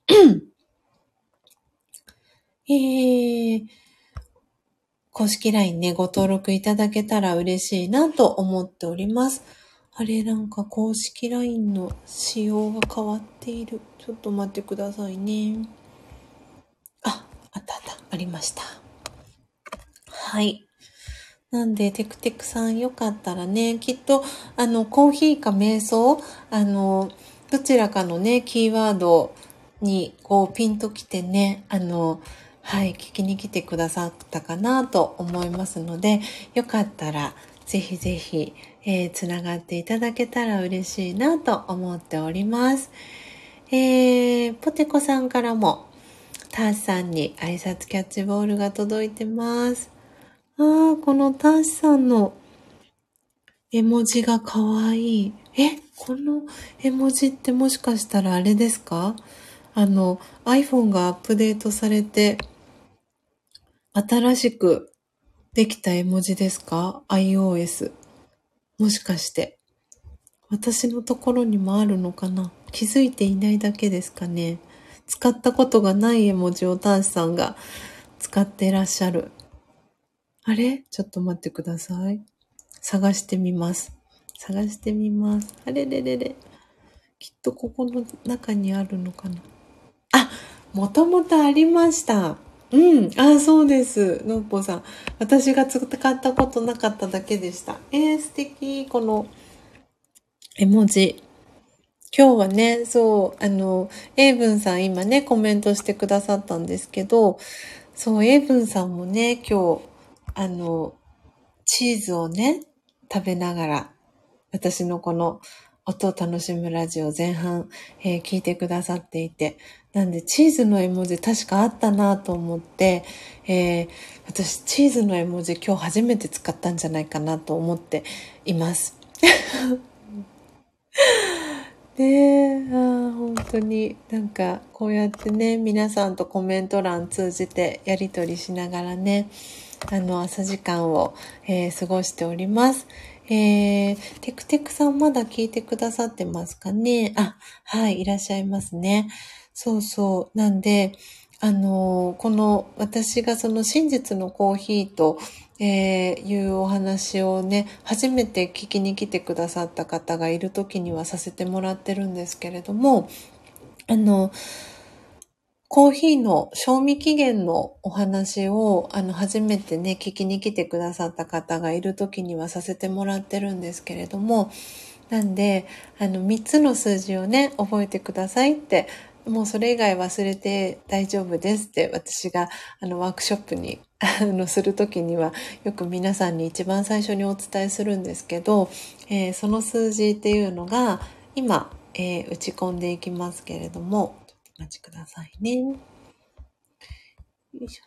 公式 LINE ね、ご登録いただけたら嬉しいなと思っております。あれ、なんか公式 LINE の仕様が変わっている。ちょっと待ってくださいね。あった、ありました。はい。なんで、テクテクさんよかったらね、きっと、コーヒーか瞑想、どちらかのね、キーワードに、こう、ピンときてね、はい、聞きに来てくださったかなと思いますので、よかったら、ぜひぜひ、つながっていただけたら嬉しいなと思っております。ポテコさんからも、ターシさんに挨拶キャッチボールが届いてます。このターシさんの絵文字がかわいい。この絵文字ってもしかしたらあれですか？iPhone がアップデートされて、新しくできた絵文字ですか？ iOS。もしかして。私のところにもあるのかな？気づいていないだけですかね。使ったことがない絵文字をターシさんが使っていらっしゃる。あれ？ちょっと待ってください。探してみます。あれれれれ。きっとここの中にあるのかな。もともとありました。 うん。あ、そうです。のっぽさん。私が使ったことなかっただけでした。素敵。この絵文字。今日はね、そう、英文さん今ね、コメントしてくださったんですけど、そう、英文さんもね、今日、チーズをね、食べながら、私のこの音を楽しむラジオ前半、聞いてくださっていて、なんでチーズの絵文字確かあったなと思って、私チーズの絵文字今日初めて使ったんじゃないかなと思っています。本当になんかこうやってね、皆さんとコメント欄通じてやり取りしながらね、朝時間を、過ごしております。テクテクさんまだ聞いてくださってますかね。あ、はい、いらっしゃいますね。そうそう。なんで、この私がその真実のコーヒーと、いうお話をね、初めて聞きに来てくださった方がいる時にはさせてもらってるんですけれども、コーヒーの賞味期限のお話を、初めてね、聞きに来てくださった方がいる時にはさせてもらってるんですけれども、なんで、3つの数字をね、覚えてくださいって、もうそれ以外忘れて大丈夫ですって私が、ワークショップに、するときには、よく皆さんに一番最初にお伝えするんですけど、その数字っていうのが、今、打ち込んでいきますけれども、ちょっとお待ちくださいね。よいしょ。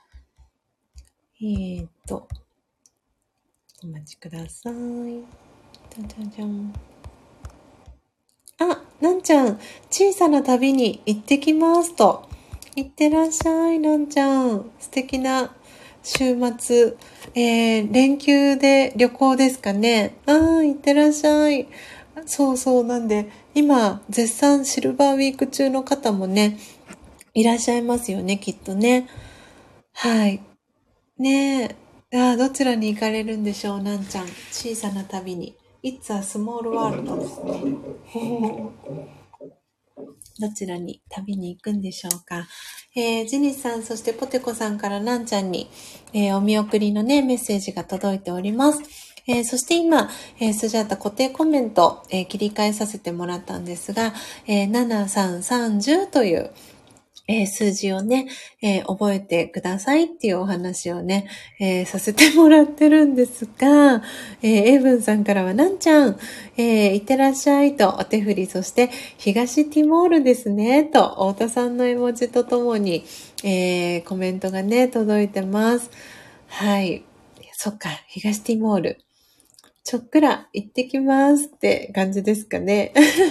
お待ちください。じゃじゃじゃん。あ、なんちゃん、小さな旅に行ってきますと。行ってらっしゃい、なんちゃん。素敵な週末。連休で旅行ですかね。行ってらっしゃい。そうそう、なんで、今、絶賛シルバーウィーク中の方もね、いらっしゃいますよね、きっとね。はい。ねえ。どちらに行かれるんでしょう、なんちゃん。小さな旅に。It's a small world ですね。どちらに旅に行くんでしょうか。ジニスさん、そしてポテコさんからなんちゃんに、お見送りのね、メッセージが届いております。そして今、スジャータ固定コメント、切り替えさせてもらったんですが、7330という、数字をね、覚えてくださいっていうお話をね、させてもらってるんですが、エイブンさんからはなんちゃん、いってらっしゃいとお手振り、そして東ティモールですねと太田さんの絵文字とともに、コメントがね届いてます。はい、そっか、東ティモールちょっくら行ってきますって感じですかね。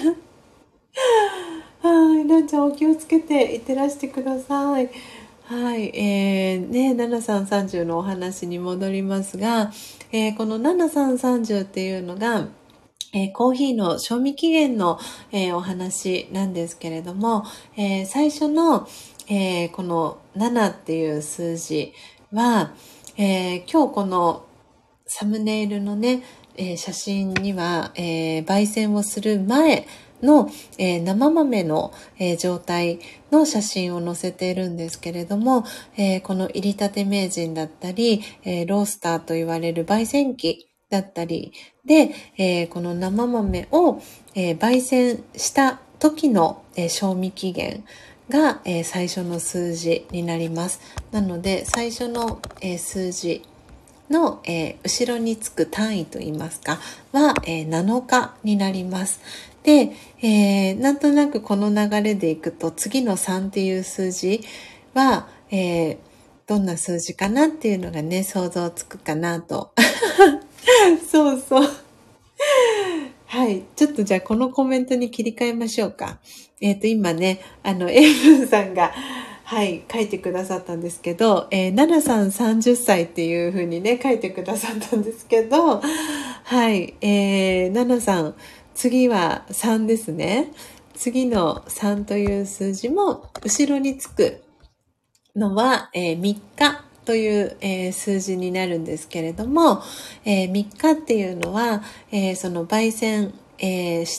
はい、なんちゃんお気をつけていってらしてください。はい、ね、7330のお話に戻りますが、この7330っていうのが、コーヒーの賞味期限の、お話なんですけれども、最初の、この7っていう数字は、今日このサムネイルのね、写真には、焙煎をする前の、生豆の、状態の写真を載せているんですけれども、この入りたて名人だったり、ロースターと言われる焙煎機だったりで、この生豆を、焙煎した時の、賞味期限が、最初の数字になります。なので最初の、数字の、後ろにつく単位といいますかは、7日になります。で、なんとなくこの流れでいくと次の3っていう数字は、どんな数字かなっていうのがね想像つくかなと。そうそう。はい。ちょっとじゃあこのコメントに切り替えましょうか。今ね、エイブンさんが、はい、書いてくださったんですけど、ナナさん30歳っていう風にね、書いてくださったんですけど、はい、ナナさん、次は3ですね。次の3という数字も後ろにつくのは、3日という、数字になるんですけれども、3日っていうのは、その焙煎、した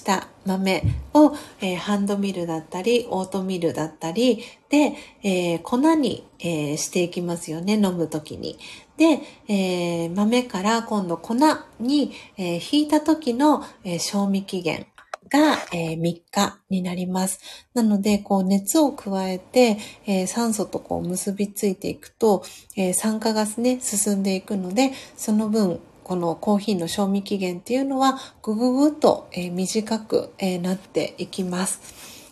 豆を、ハンドミルだったり、オートミルだったりで、粉に、していきますよね、飲むときに。で、豆から今度粉に、ひいた時の、賞味期限が、3日になります。なので、こう熱を加えて、酸素とこう結びついていくと、酸化がね、進んでいくので、その分、このコーヒーの賞味期限っていうのはぐぐぐっと、短く、なっていきます。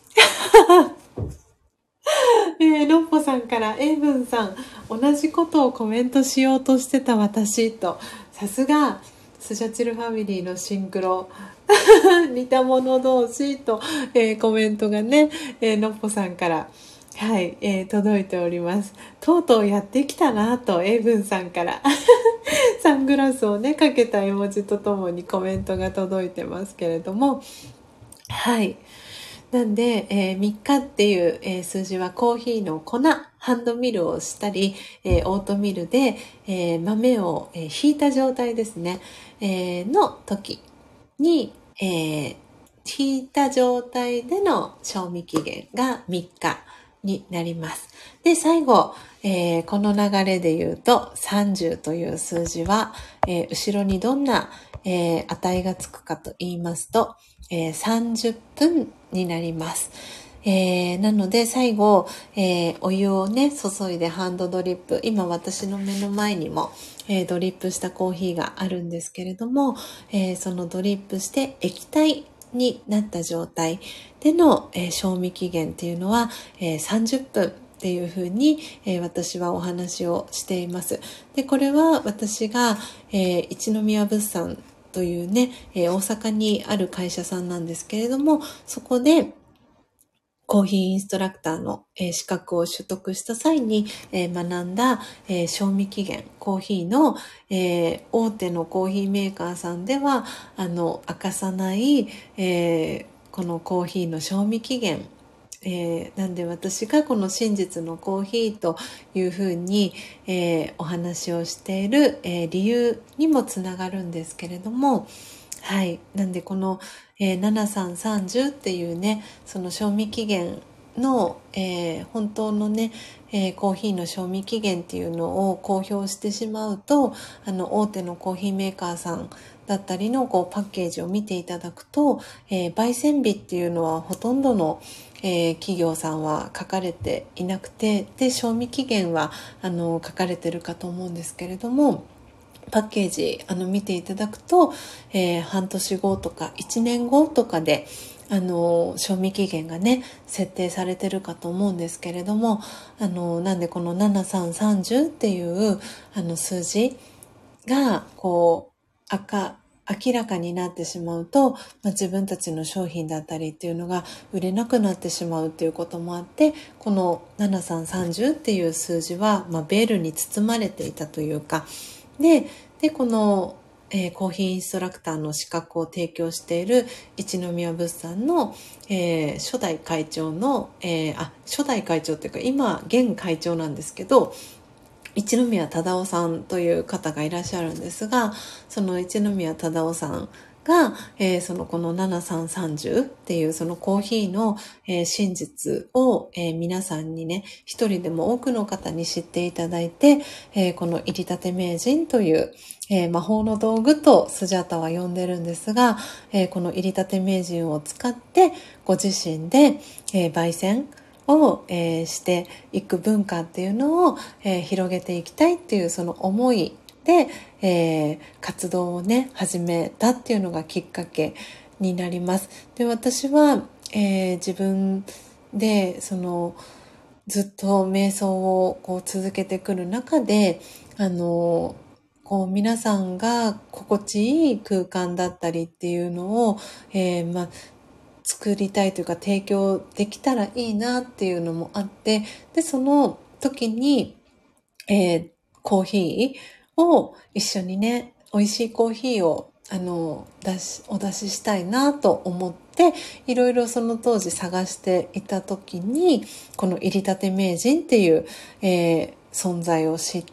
のっぽさんから、エイブンさん、同じことをコメントしようとしてた私と、さすが、スジャチルファミリーのシンクロ、似た者同士と、コメントがね、のっぽさんから、はい、届いております。とうとうやってきたなと、エイブンさんから、サングラスをね、かけた絵文字とともにコメントが届いてますけれども、はい。なんで、3日っていう、数字はコーヒーの粉、ハンドミルをしたり、オートミルで、豆を、ひいた状態ですね、の時に、ひいた状態での賞味期限が3日になります。で、最後、この流れで言うと30という数字は、後ろにどんな、値がつくかと言いますと、30分になります。なので最後、お湯をね注いでハンドドリップ、今私の目の前にも、ドリップしたコーヒーがあるんですけれども、そのドリップして液体になった状態での、賞味期限っていうのは、30分っていうふうに、私はお話をしています。で、これは私が、一宮物産というね、大阪にある会社さんなんですけれども、そこでコーヒーインストラクターの、資格を取得した際に、学んだ、賞味期限、コーヒーの、大手のコーヒーメーカーさんでは明かさない、このコーヒーの賞味期限、なんで私がこの真実のコーヒーというふうに、お話をしている、理由にもつながるんですけれども、はい。なんでこの、7330っていうね、その賞味期限の、本当のね、コーヒーの賞味期限っていうのを公表してしまうと、大手のコーヒーメーカーさんだったりのこうパッケージを見ていただくと、焙煎日っていうのはほとんどの、企業さんは書かれていなくて、で、賞味期限は書かれてるかと思うんですけれども、パッケージ見ていただくと、半年後とか1年後とかで賞味期限がね設定されてるかと思うんですけれども、なんでこの7330っていう数字がこう明らかになってしまうと、自分たちの商品だったりっていうのが売れなくなってしまうっていうこともあって、この7330っていう数字は、ベールに包まれていたというか、でこの、コーヒーインストラクターの資格を提供している一宮物産の、初代会長の、初代会長っていうか今現会長なんですけど、一宮忠夫さんという方がいらっしゃるんですが、その一宮忠夫さんが、この7330っていうそのコーヒーの、真実を、皆さんにね、一人でも多くの方に知っていただいて、この入りたて名人という、魔法の道具とスジャータは呼んでるんですが、この入りたて名人を使ってご自身で、焙煎を、していく文化っていうのを、広げていきたいっていうその思いで、活動をね始めたっていうのがきっかけになります。で、私は、自分でずっと瞑想をこう続けてくる中でこう皆さんが心地いい空間だったりっていうのを、作りたいというか提供できたらいいなっていうのもあって、でその時に、コーヒーを一緒にね、美味しいコーヒーをお出ししたいなと思っていろいろその当時探していた時に、この入りたて名人っていう、存在を知って、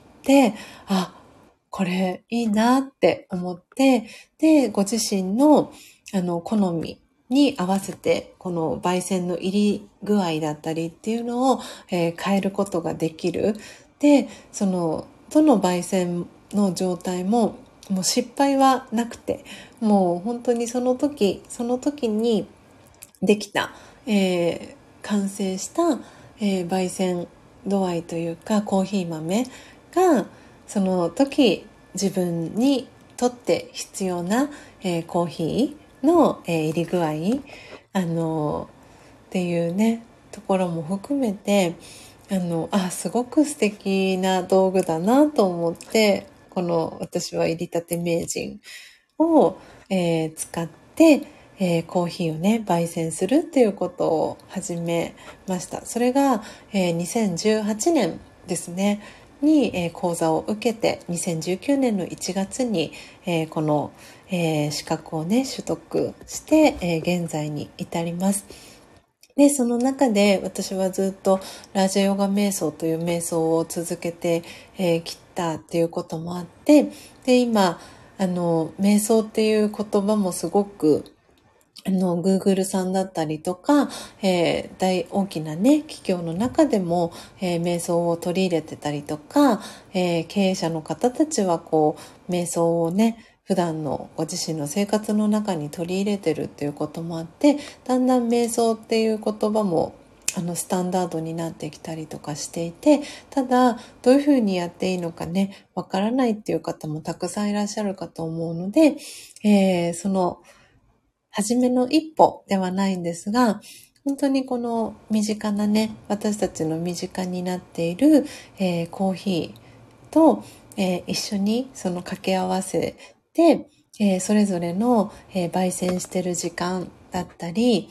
これいいなって思って、でご自身の好みに合わせてこの焙煎の入り具合だったりっていうのを、変えることができる。で、どの焙煎の状態ももう失敗はなくて、もう本当にその時にできた、完成した、焙煎度合いというかコーヒー豆がその時自分にとって必要な、コーヒーの、入り具合っていうねところも含めてすごく素敵な道具だなと思って、この私は入りたて名人を、使って、コーヒーをね焙煎するっていうことを始めました。それが、2018年ですねに、講座を受けて2019年の1月に、この、資格をね取得して、現在に至ります。で、その中で私はずっとラージャヨガ瞑想という瞑想を続けてきたっていうこともあって、で、今、瞑想っていう言葉もすごく、Google さんだったりとか、大きなね、企業の中でも、瞑想を取り入れてたりとか、経営者の方たちは瞑想をね、普段のご自身の生活の中に取り入れてるっていうこともあって、だんだん瞑想っていう言葉もスタンダードになってきたりとかしていて、ただどういうふうにやっていいのかねわからないっていう方もたくさんいらっしゃるかと思うので、その初めの一歩ではないんですが、本当にこの身近なね、私たちの身近になっている、コーヒーと、一緒にその掛け合わせて、それぞれの、焙煎してる時間だったり、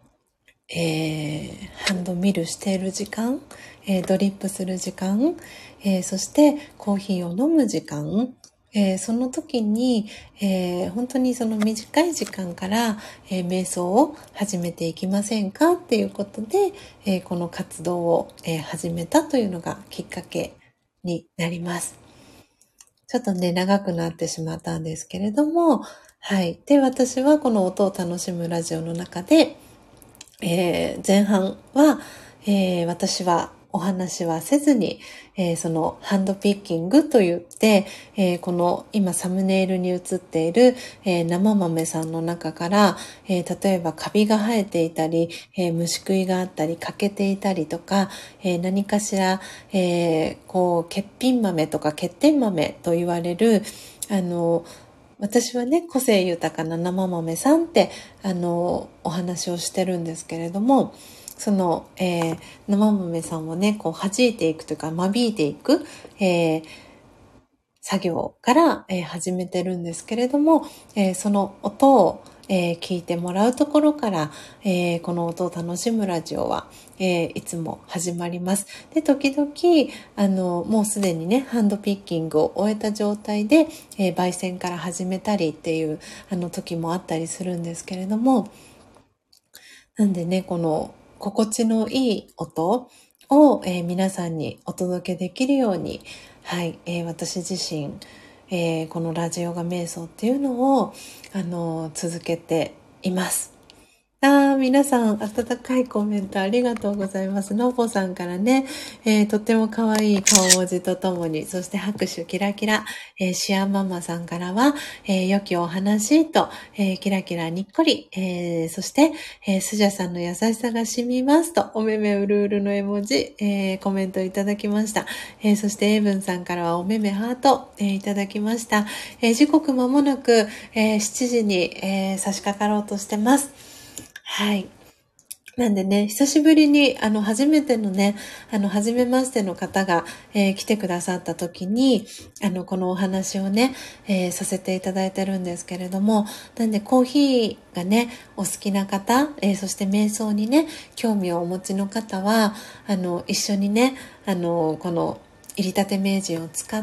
ハンドミルしている時間、ドリップする時間、そしてコーヒーを飲む時間、その時に、本当にその短い時間から、瞑想を始めていきませんかっていうことで、この活動を、始めたというのがきっかけになります。ちょっとね、長くなってしまったんですけれども、はい。で、私はこの音を楽しむラジオの中で、前半は、私はお話はせずに、そのハンドピッキングといって、この今サムネイルに映っている、生豆さんの中から、例えばカビが生えていたり、虫食いがあったり欠けていたりとか、何かしら、欠品豆とか欠点豆と言われる私はね、個性豊かな生豆さんって、お話をしてるんですけれども、その、生豆さんをね、弾いていくというか、間引いていく、作業から、始めてるんですけれども、その音を、聞いてもらうところから、この音を楽しむラジオは、いつも始まります。で、時々、もうすでにね、ハンドピッキングを終えた状態で、焙煎から始めたりっていう、時もあったりするんですけれども、なんでね、この心地のいい音を、皆さんにお届けできるように、はい、私自身、このラジオが瞑想っていうのを、続けています。皆さん、温かいコメントありがとうございます。のぼさんからね、とっても可愛い顔文字とともに、そして拍手キラキラ、シアママさんからは、良きお話と、キラキラにっこり、そして、スジャさんの優しさが染みますと、おめめうるうるの絵文字、コメントいただきました。そして、エイブンさんからはおめめハート、いただきました。時刻まもなく、7時に、差し掛かろうとしてます。はい。なんでね、久しぶりに、初めてのね、初めましての方が、来てくださった時に、このお話をね、させていただいてるんですけれども、なんでコーヒーがね、お好きな方、そして瞑想にね、興味をお持ちの方は、一緒にね、この入りたて名人を使って、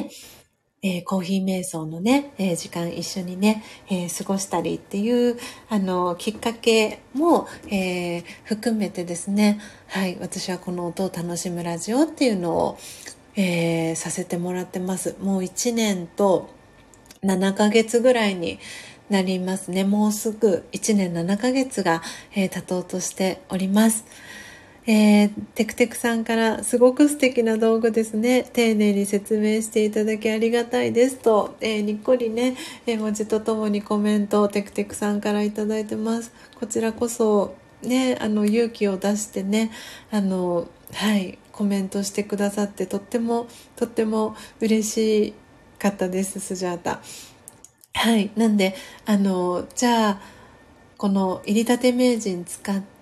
コーヒー瞑想のね、時間一緒にね、過ごしたりっていう、きっかけも、含めてですね、はい、私はこの音を楽しむラジオっていうのを、させてもらってます。もう1年と7ヶ月ぐらいになりますね。もうすぐ1年7ヶ月が、経とうとしております。テクテクさんからすごく素敵な道具ですね。丁寧に説明していただきありがたいですと、にっこりね、文字とともにコメントをテクテクさんからいただいてます。こちらこそね、勇気を出してね、はい、コメントしてくださってとっても嬉しかったです、スジャータ。はい、なんでじゃあこの入りたて名人使って、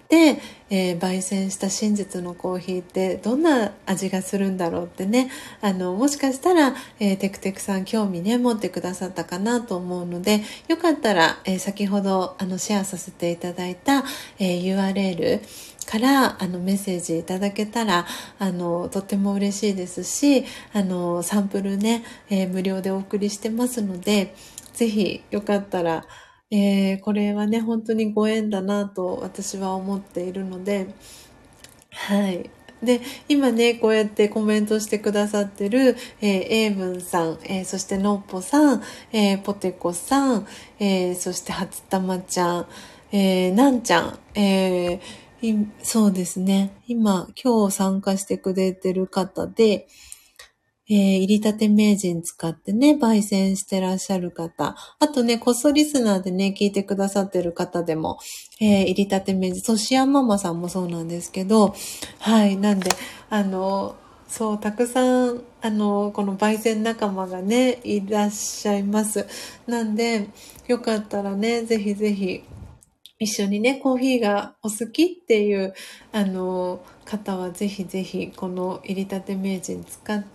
焙煎した真実のコーヒーってどんな味がするんだろうってね、もしかしたら、テクテクさん興味ね持ってくださったかなと思うので、よかったら、先ほどシェアさせていただいた、URL からメッセージいただけたらとっても嬉しいですし、サンプルね、無料でお送りしてますので、ぜひよかったらこれはね、本当にご縁だなと私は思っているので、はい。で、今ね、こうやってコメントしてくださってる、エイブンさん、そしてのっぽさん、ポテコさん、そして初玉ちゃん、なんちゃん、そうですね。今日参加してくれてる方で、入りたて名人使ってね、焙煎してらっしゃる方。あとね、こっそリスナーでね、聞いてくださってる方でも、入りたて名人、シアママさんもそうなんですけど、はい、なんで、そう、たくさん、この焙煎仲間がね、いらっしゃいます。なんで、よかったらね、ぜひぜひ、一緒にね、コーヒーがお好きっていう、方はぜひぜひ、この入りたて名人使って、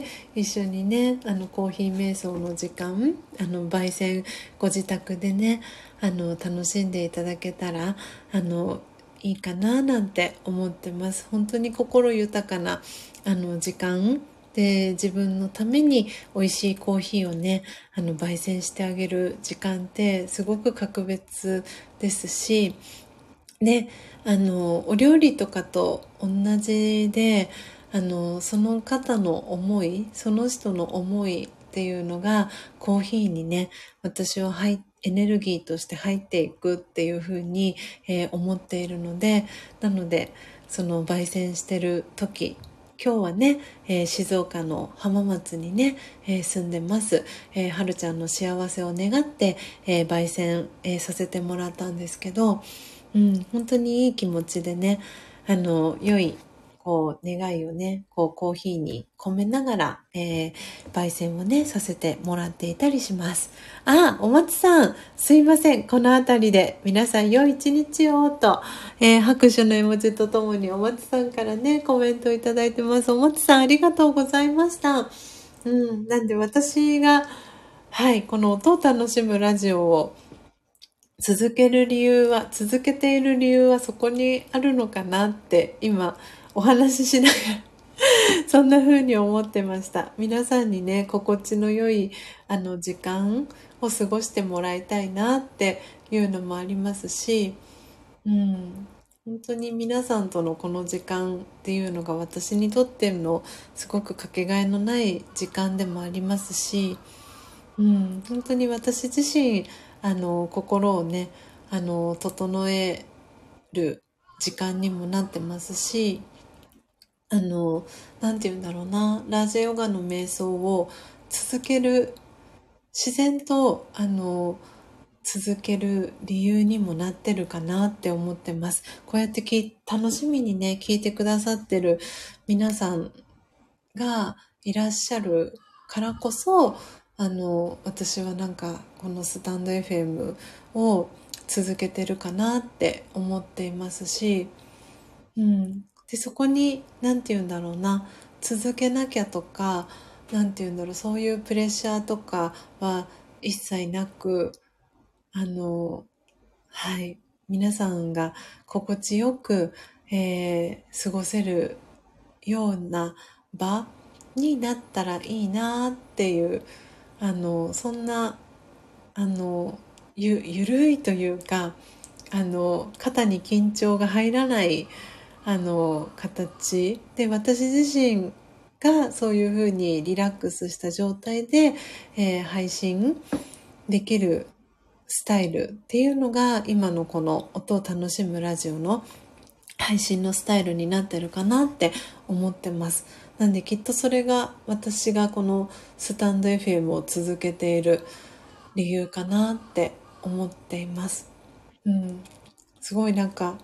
一緒にね、コーヒー瞑想の時間、焙煎ご自宅でね、楽しんでいただけたら、いいかななんて思ってます。本当に心豊かな、時間で、自分のために美味しいコーヒーをね、焙煎してあげる時間ってすごく格別ですし、で、お料理とかと同じで、その方の思い、その人の思いっていうのがコーヒーにね、私はエネルギーとして入っていくっていうふうに、思っているので、なので、その焙煎してる時、今日はね、静岡の浜松にね、住んでます。はるちゃんの幸せを願って、焙煎、させてもらったんですけど、本当にいい気持ちでね、良い、願いをね、コーヒーに込めながら、焙煎をね、させてもらっていたりします。お松さん、すいません。このあたりで、皆さん良い一日を、と、拍手の絵文字とともにお松さんからね、コメントいただいてます。お松さん、ありがとうございました。なんで私が、はい、この音を楽しむラジオを、続けている理由はそこにあるのかなって今お話ししながらそんな風に思ってました。皆さんにね、心地の良い時間を過ごしてもらいたいなっていうのもありますし、本当に皆さんとのこの時間っていうのが私にとってのすごくかけがえのない時間でもありますし、本当に私自身心をね整える時間にもなってますし、なんて言うんだろうな、ラージャヨガの瞑想を続ける、自然と続ける理由にもなってるかなって思ってます。こうやって楽しみにね聞いてくださってる皆さんがいらっしゃるからこそ、私はなんかこのスタンド FM を続けてるかなって思っていますし、でそこに何て言うんだろうな、続けなきゃとか、何て言うんだろう、そういうプレッシャーとかは一切なく、はい、皆さんが心地よく、過ごせるような場になったらいいなっていう、そんなゆるいというか、肩に緊張が入らない形で、私自身がそういうふうにリラックスした状態で、配信できるスタイルっていうのが今のこの音を楽しむラジオの配信のスタイルになってるかなって思ってます。なんできっとそれが私がこのスタンド FM を続けている理由かなって思っています。すごいなんか、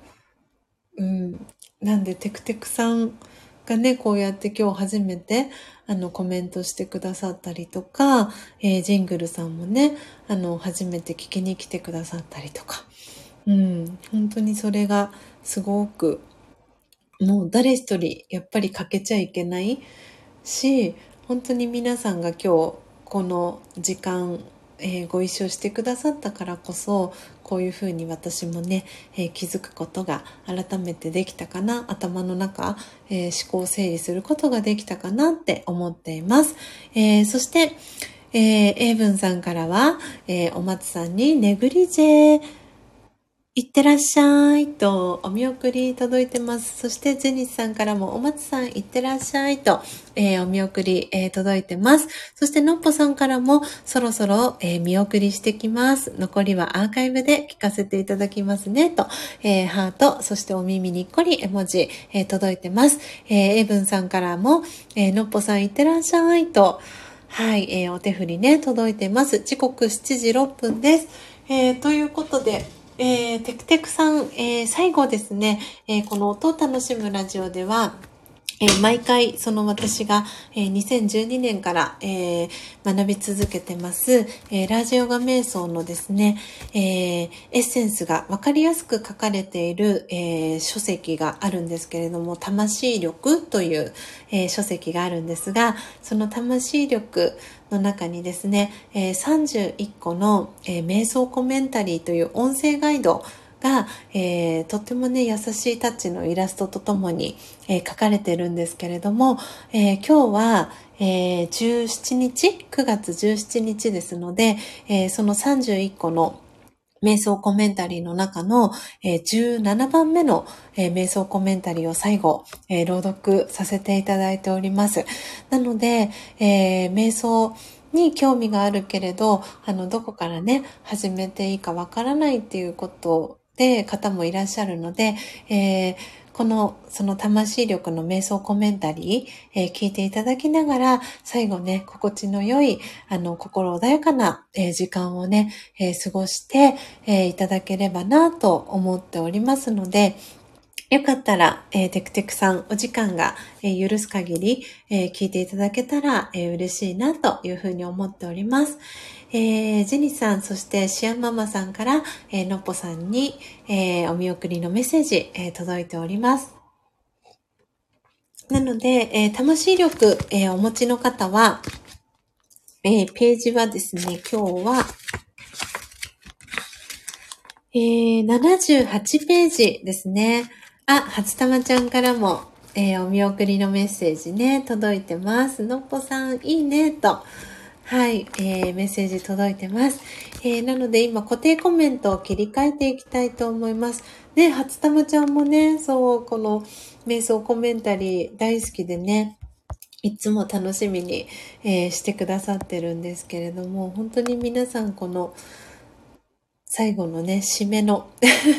なんでテクテクさんがね、こうやって今日初めてコメントしてくださったりとか、ジングルさんもね、初めて聞きに来てくださったりとか、本当にそれがすごく、もう誰一人やっぱり欠けちゃいけないし、本当に皆さんが今日この時間、ご一緒してくださったからこそ、こういうふうに私もね、気づくことが改めてできたかな、頭の中、思考整理することができたかなって思っています。そして、英文さんからは、お松さんにネグリジェいってらっしゃいとお見送り届いてます。そしてジェニスさんからもお松さんいってらっしゃいと、お見送り、届いてます。そしてのっぽさんからもそろそろ、見送りしてきます。残りはアーカイブで聞かせていただきますねと、ハート、そしてお耳にっこり絵文字、届いてます。エイブンさんからも、のっぽさんいってらっしゃいと、はい、お手振りね届いてます。時刻7時6分です。ということで、テクテクさん、最後ですね、この音を楽しむラジオでは、毎回その私が、2012年から、学び続けてます、ラージヨガ瞑想のですね、エッセンスがわかりやすく書かれている、書籍があるんですけれども、魂力という、書籍があるんですが、その魂力の中にですね、31個の、瞑想コメンタリーという音声ガイドが、とってもね優しいタッチのイラストとともに、書かれてるんですけれども、今日は、17日9月17日ですので、その31個の瞑想コメンタリーの中の、17番目の、瞑想コメンタリーを最後、朗読させていただいております。なので、瞑想に興味があるけれど、どこからね、始めていいかわからないっていうことで、方もいらっしゃるので、その魂力の瞑想コメンタリー、聞いていただきながら、最後ね、心地の良い、心穏やかな、時間をね、過ごして、いただければなと思っておりますので、よかったら、テクテクさんお時間が、許す限り、聞いていただけたら、嬉しいなというふうに思っております。ジェニーさん、そしてシアンママさんから、のっぽさんに、お見送りのメッセージ、届いております。なので、魂力、お持ちの方は、ページはですね、今日は、78ページですね。初玉ちゃんからも、お見送りのメッセージね、届いてます。のっぽさん、いいね、と。はい、メッセージ届いてます。なので今固定コメントを切り替えていきたいと思います。ね、初玉ちゃんもね、そう、この瞑想コメンタリー大好きでね、いつも楽しみに、してくださってるんですけれども、本当に皆さんこの最後のね、締めの、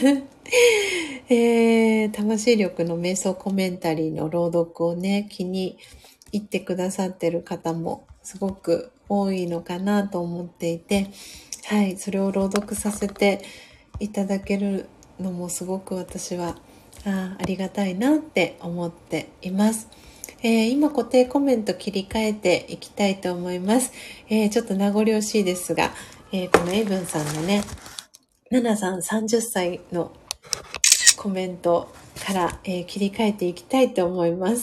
魂力の瞑想コメンタリーの朗読をね、気に入ってくださってる方もすごく多いのかなと思っていて、はい、それを朗読させていただけるのもすごく私はありがたいなって思っています。今固定コメント切り替えていきたいと思います。ちょっと名残惜しいですが、このエイブンさんのね、ナナさん30歳のコメントから、切り替えていきたいと思います。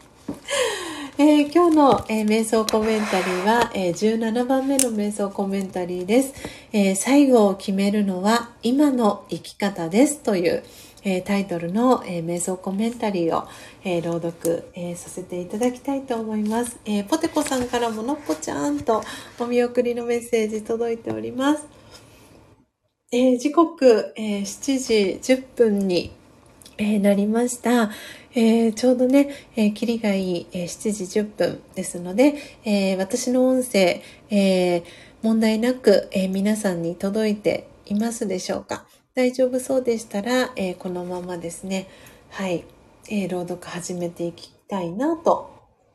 今日の、瞑想コメンタリーは、17番目の瞑想コメンタリーです。最後を決めるのは今の生き方ですという、タイトルの、瞑想コメンタリーを、朗読、させていただきたいと思います。ポテコさんからものっぽちゃんとお見送りのメッセージ届いております。時刻、7時10分に、なりました。ちょうどね、キリがいい、7時10分ですので、私の音声、 問題なく、皆さんに届いていますでしょうか？大丈夫そうでしたら、このままですね、はい、朗読始めていきたいなと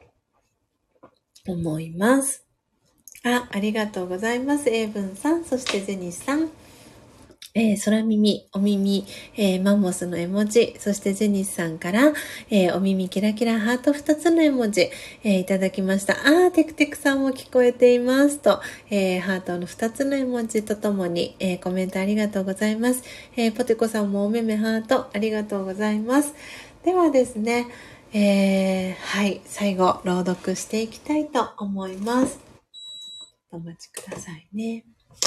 思います。ありがとうございます。英文さん、そしてゼニスさん。空耳、お耳、マンモスの絵文字、そしてゼニスさんから、お耳キラキラハート2つの絵文字、いただきました。テクテクさんも聞こえていますと、ハートの2つの絵文字とともに、コメントありがとうございます。ポテコさんもおめめハートありがとうございます。ではですね、はい、最後朗読していきたいと思います。お待ちくださいね。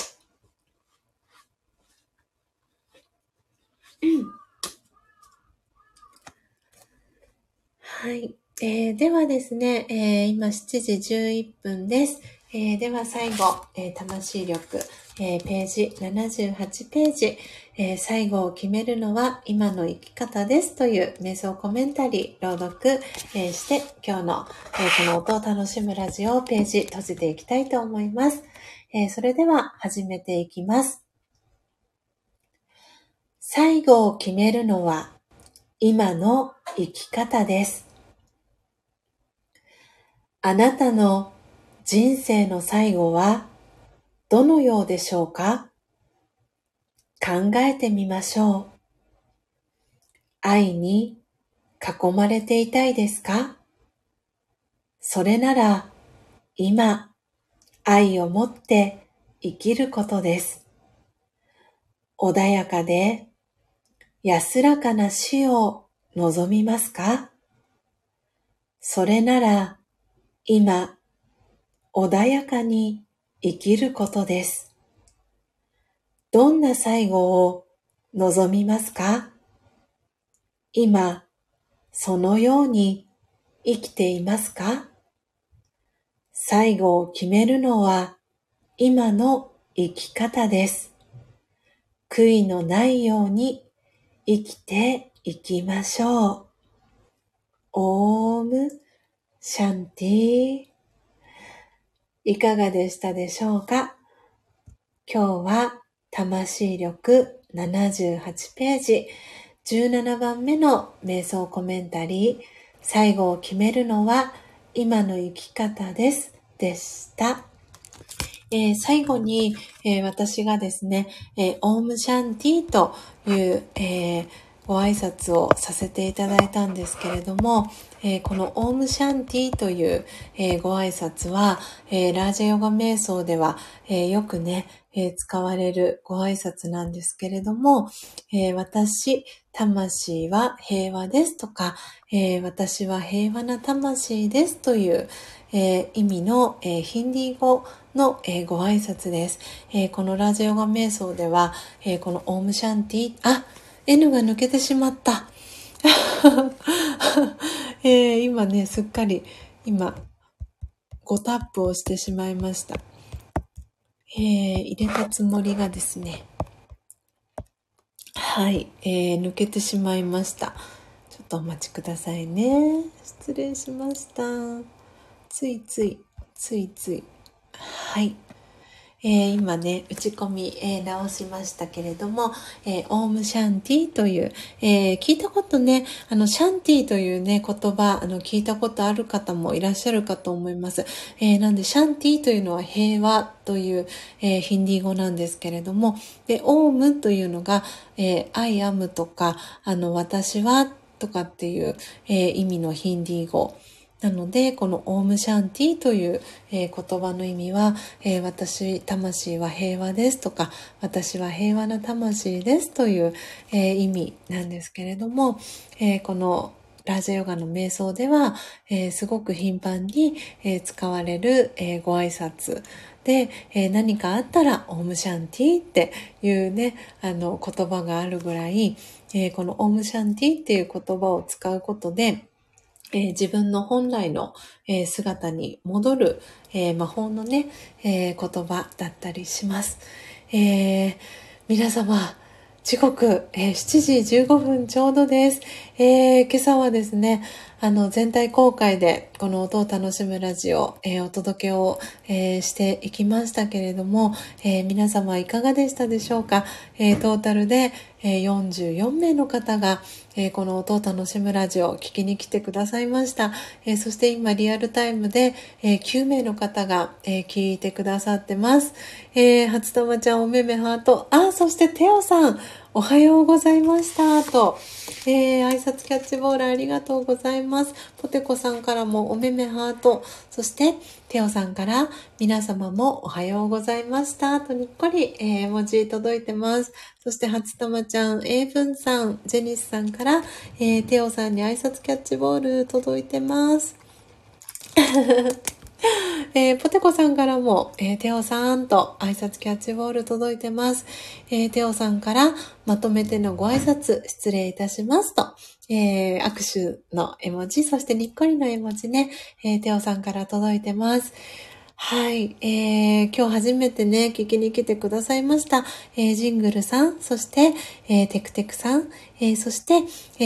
はい。ではですね、今7時11分です。では最後、魂力、ページ78ページ、最後を決めるのは今の生き方ですという瞑想コメンタリー朗読、して今日の、この音を楽しむラジオページ閉じていきたいと思います。それでは始めていきます。最後を決めるのは今の生き方です。あなたの人生の最後はどのようでしょうか？考えてみましょう。愛に囲まれていたいですか？それなら今、愛を持って生きることです。穏やかで安らかな死を望みますか？それなら今、穏やかに生きることです。どんな最後を望みますか？今、そのように生きていますか？最後を決めるのは今の生き方です。悔いのないように生きていきましょう。オームシャンティ。いかがでしたでしょうか？今日は魂力78ページ17番目の瞑想コメンタリー、最後を決めるのは今の生き方ですでした。最後に、私がですね、オームシャンティという、ご挨拶をさせていただいたんですけれども、このオームシャンティという、ご挨拶は、ラージャヨガ瞑想では、よくね、使われるご挨拶なんですけれども、私、魂は平和ですとか、私は平和な魂ですという、意味の、ヒンディー語の、ご挨拶です。このラージャヨガ瞑想では、このオームシャンティ、N が抜けてしまった。今ね、すっかり、5タップをしてしまいました。入れたつもりがですね、はい、抜けてしまいました。ちょっとお待ちくださいね。失礼しました。ついつい。はい。今ね、打ち込み、直しましたけれども、オームシャンティという、聞いたことね、シャンティというね、言葉、聞いたことある方もいらっしゃるかと思います。なんで、シャンティというのは平和という、ヒンディー語なんですけれども、で、オームというのが、I am とか、私はとかっていう、意味のヒンディー語。なので、このオームシャンティという、言葉の意味は、私、魂は平和ですとか、私は平和な魂ですという、意味なんですけれども、このラージャヨガの瞑想では、すごく頻繁に、使われる、ご挨拶で、何かあったらオームシャンティっていうね、言葉があるぐらい、このオームシャンティっていう言葉を使うことで、自分の本来の、姿に戻る、魔法のね、言葉だったりします。皆様、 時刻、7時15分ちょうどです。今朝はですね、全体公開でこの音を楽しむラジオ、お届けを、していきましたけれども、皆様いかがでしたでしょうか。トータルで、44名の方が、この音を楽しむラジオを聞きに来てくださいました。そして今リアルタイムで、9名の方が、聞いてくださってます。初玉ちゃんおめめハート。そしてテオさん、おはようございましたと、挨拶キャッチボールありがとうございます。ポテコさんからもおめめハート、そしてテオさんから皆様もおはようございましたとにっこり、絵文字届いてます。そして初玉ちゃん、エイブンさん、ジェニスさんから、テオさんに挨拶キャッチボール届いてます。ポテコさんからも、テオさんと挨拶キャッチボール届いてます。テオさんからまとめてのご挨拶失礼いたしますと、握手の絵文字、そしてにっこりの絵文字ね、テオさんから届いてます。はい、今日初めてね、聞きに来てくださいました。ジングルさん、そして、テクテクさん、そして、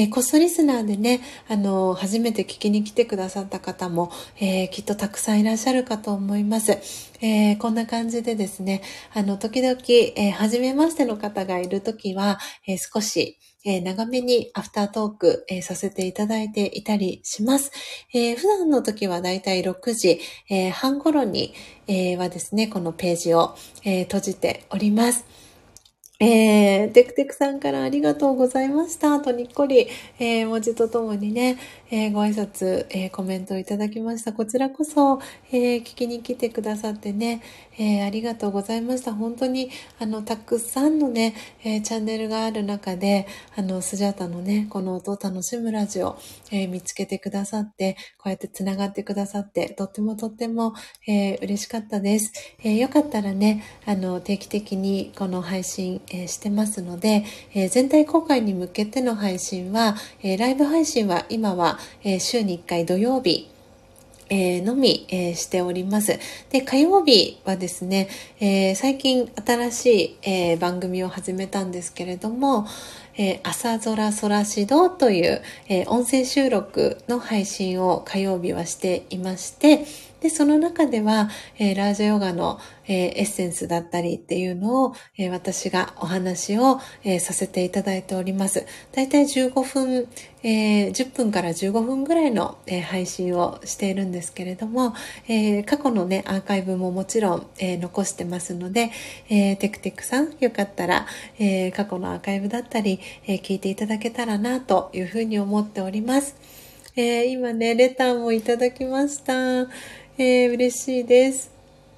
コストリスナーでね、初めて聞きに来てくださった方も、きっとたくさんいらっしゃるかと思います。こんな感じでですね、時々、初めましての方がいるときは、少し、長めにアフタートーク、させていただいていたりします。普段の時はだいたい6時、半頃に、はですね、このページを、閉じております。テクテクさんからありがとうございましたとにっこり、文字とともにね、ご挨拶、コメントをいただきました。こちらこそ、聞きに来てくださってね、ありがとうございました。本当にたくさんのね、チャンネルがある中でスジャータのねこの音を楽しむラジオ、見つけてくださって、こうやってつながってくださってとっても、嬉しかったです。よかったらね定期的にこの配信してますので、全体公開に向けての配信は、ライブ配信は今は、週に1回土曜日のみ、しております。で、火曜日はですね、最近新しい、番組を始めたんですけれども、朝空空指導という、音声収録の配信を火曜日はしていまして、で、その中では、ラージャヨガの、エッセンスだったりっていうのを、私がお話を、させていただいております。だいたい15分、10分から15分ぐらいの、配信をしているんですけれども、過去のね、アーカイブももちろん、残してますので、テクテクさん、よかったら、過去のアーカイブだったり、聞いていただけたらなというふうに思っております。今ね、レターもいただきました。嬉しいです。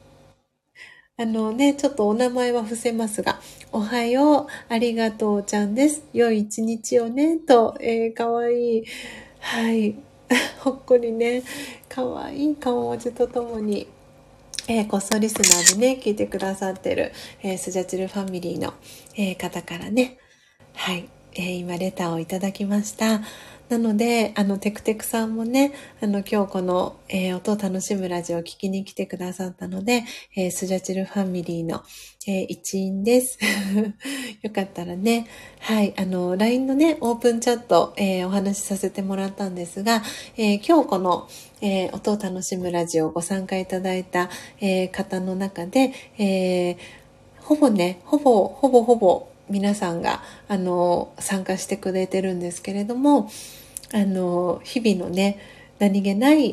ちょっとお名前は伏せますが、おはよう、ありがとうちゃんです。良い一日をね、と、かわいい。はい。ほっこりね、かわいい顔文字とともに、こっそリスナーでね、聞いてくださってる、スジャチルファミリーの、方からね、はい、今レターをいただきました。なので、テクテクさんもね、今日この、音を楽しむラジオを聞きに来てくださったので、スジャチルファミリーの、一員です。よかったらね、はい、LINE のね、オープンチャット、お話しさせてもらったんですが、今日この、音を楽しむラジオをご参加いただいた、方の中で、ほぼ皆さんが参加してくれてるんですけれども、日々のね何気ない、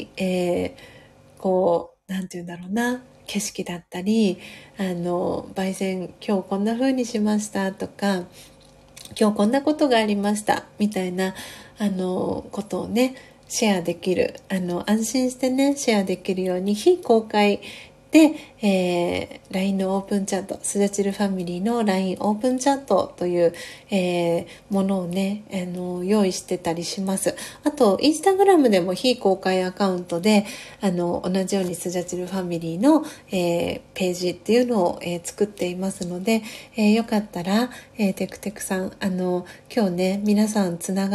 なんていうんだろうな、景色だったり、焙煎今日こんな風にしましたとか、今日こんなことがありましたみたいなことをねシェアできる、安心してねシェアできるように非公開で、LINE のオープンチャット、スジャチルファミリーの LINE オープンチャットという、ものをね、用意してたりします。あと、インスタグラムでも非公開アカウントで、同じようにスジャチルファミリーの、ページっていうのを、作っていますので、よかったら、テクテクさん、今日ね、皆さんつながって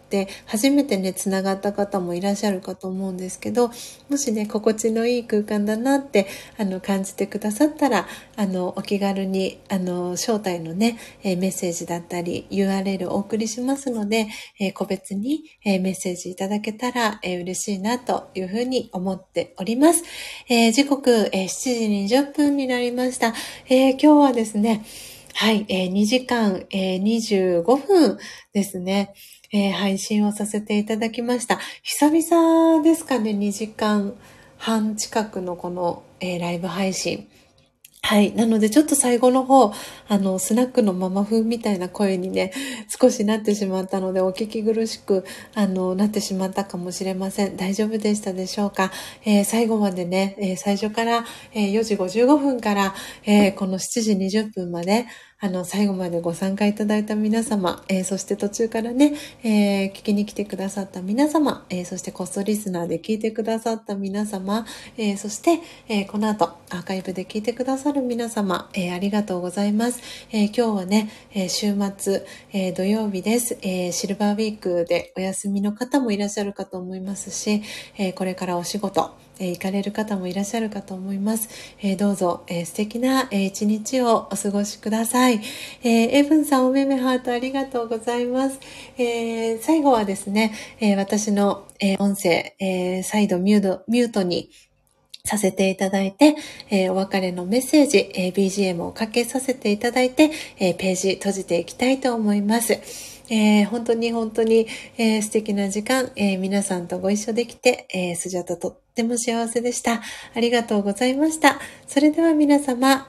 って初めてねつながった方もいらっしゃるかと思うんですけど、もしね心地のいい空間だなって感じてくださったらお気軽に招待のね、メッセージだったり URL をお送りしますので、個別に、メッセージいただけたら、嬉しいなというふうに思っております。時刻、7時20分になりました。今日はですね、はい、2時間、25分ですね、配信をさせていただきました。久々ですかね、2時間半近くのこの、ライブ配信。はい。なので、ちょっと最後の方、スナックのママ風みたいな声にね、少しなってしまったので、お聞き苦しく、なってしまったかもしれません。大丈夫でしたでしょうか。最後までね、最初から、4時55分から、この7時20分まで、最後までご参加いただいた皆様、そして途中からね、聞きに来てくださった皆様、そしてコストリスナーで聞いてくださった皆様、そして、この後アーカイブで聞いてくださる皆様、ありがとうございます。今日はね、週末、土曜日です、シルバーウィークでお休みの方もいらっしゃるかと思いますし、これからお仕事、行かれる方もいらっしゃるかと思います。どうぞ、素敵な、一日をお過ごしください。エブンさんおめめハートありがとうございます。最後はですね、私の、音声、再度ミュートにさせていただいて、お別れのメッセージ、BGM をかけさせていただいて、ページ閉じていきたいと思います。本当に本当に、素敵な時間、皆さんとご一緒できて、スジャタとっても幸せでした。ありがとうございました。それでは皆様、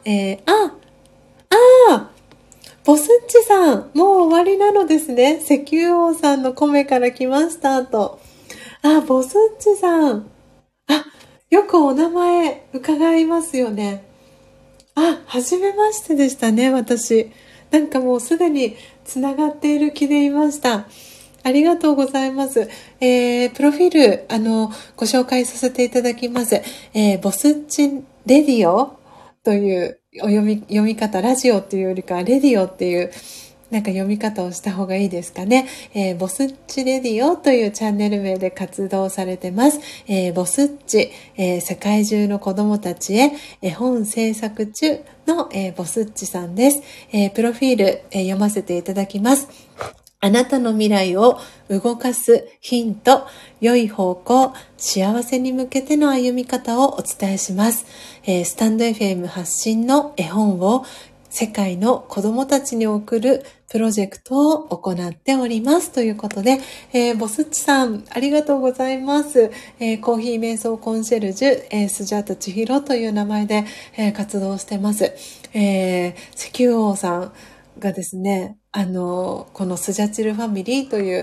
ボスッチさん、もう終わりなのですね。石油王さんの米から来ましたと。ボスッチさん。よくお名前伺いますよね。はじめましてでしたね、私。なんかもうすでにつながっている気でいました。ありがとうございます。プロフィール、ご紹介させていただきます。ボスッチレディオという読み方、ラジオっていうよりか、レディオっていうなんか読み方をした方がいいですかね。ボスッチレディオというチャンネル名で活動されてます。ボスッチ、世界中の子供たちへ絵本制作中の、ボスッチさんです。プロフィール、読ませていただきます。あなたの未来を動かすヒント、良い方向、幸せに向けての歩み方をお伝えします。スタンド FM 発信の絵本を世界の子供たちに送るプロジェクトを行っております。ということで、ボスッチさん、ありがとうございます。コーヒー瞑想コンシェルジュ、スジャータ千尋という名前で、活動してます。石油王さんがですね、このスジャチルファミリーという、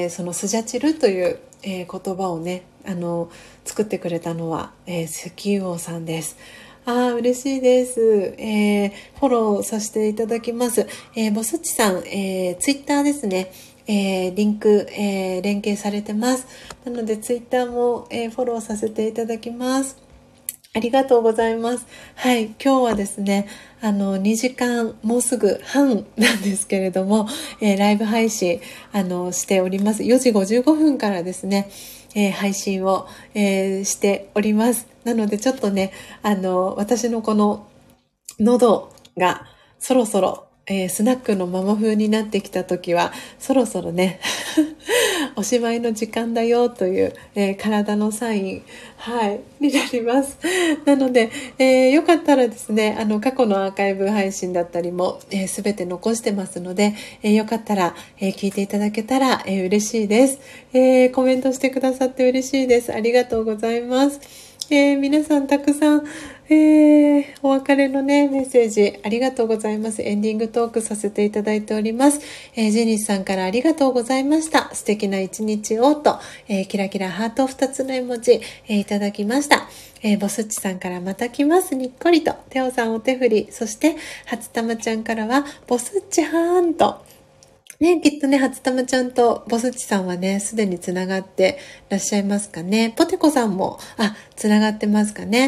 そのスジャチルという、言葉をね、作ってくれたのは、石油王さんです。嬉しいです。フォローさせていただきます。ボスッチさん、ツイッターですね。リンク、連携されてます。なのでツイッターも、フォローさせていただきます。ありがとうございます。はい、今日はですね、2時間もうすぐ半なんですけれども、ライブ配信、しております。4時55分からですね、配信を、しております。なのでちょっとね、私のこの喉がそろそろ、スナックのママ風になってきた時はそろそろねおしまいの時間だよという、体のサイン、はい、になります。なので、よかったらですね、過去のアーカイブ配信だったりも、すべて残してますので、よかったら、聞いていただけたら、嬉しいです。コメントしてくださって嬉しいです。ありがとうございます。皆さんたくさん、お別れのね、メッセージありがとうございます。エンディングトークさせていただいております。ジェニスさんからありがとうございました。素敵な一日をと、キラキラハート2つの絵文字、いただきました。ボスッチさんからまた来ます。にっこりと。テオさんお手振り。そして、初玉ちゃんからは、ボスッチはーんと。ね、きっとね、初玉ちゃんとボスッチさんはね、すでにつながってらっしゃいますかね。ポテコさんも、つながってますかね。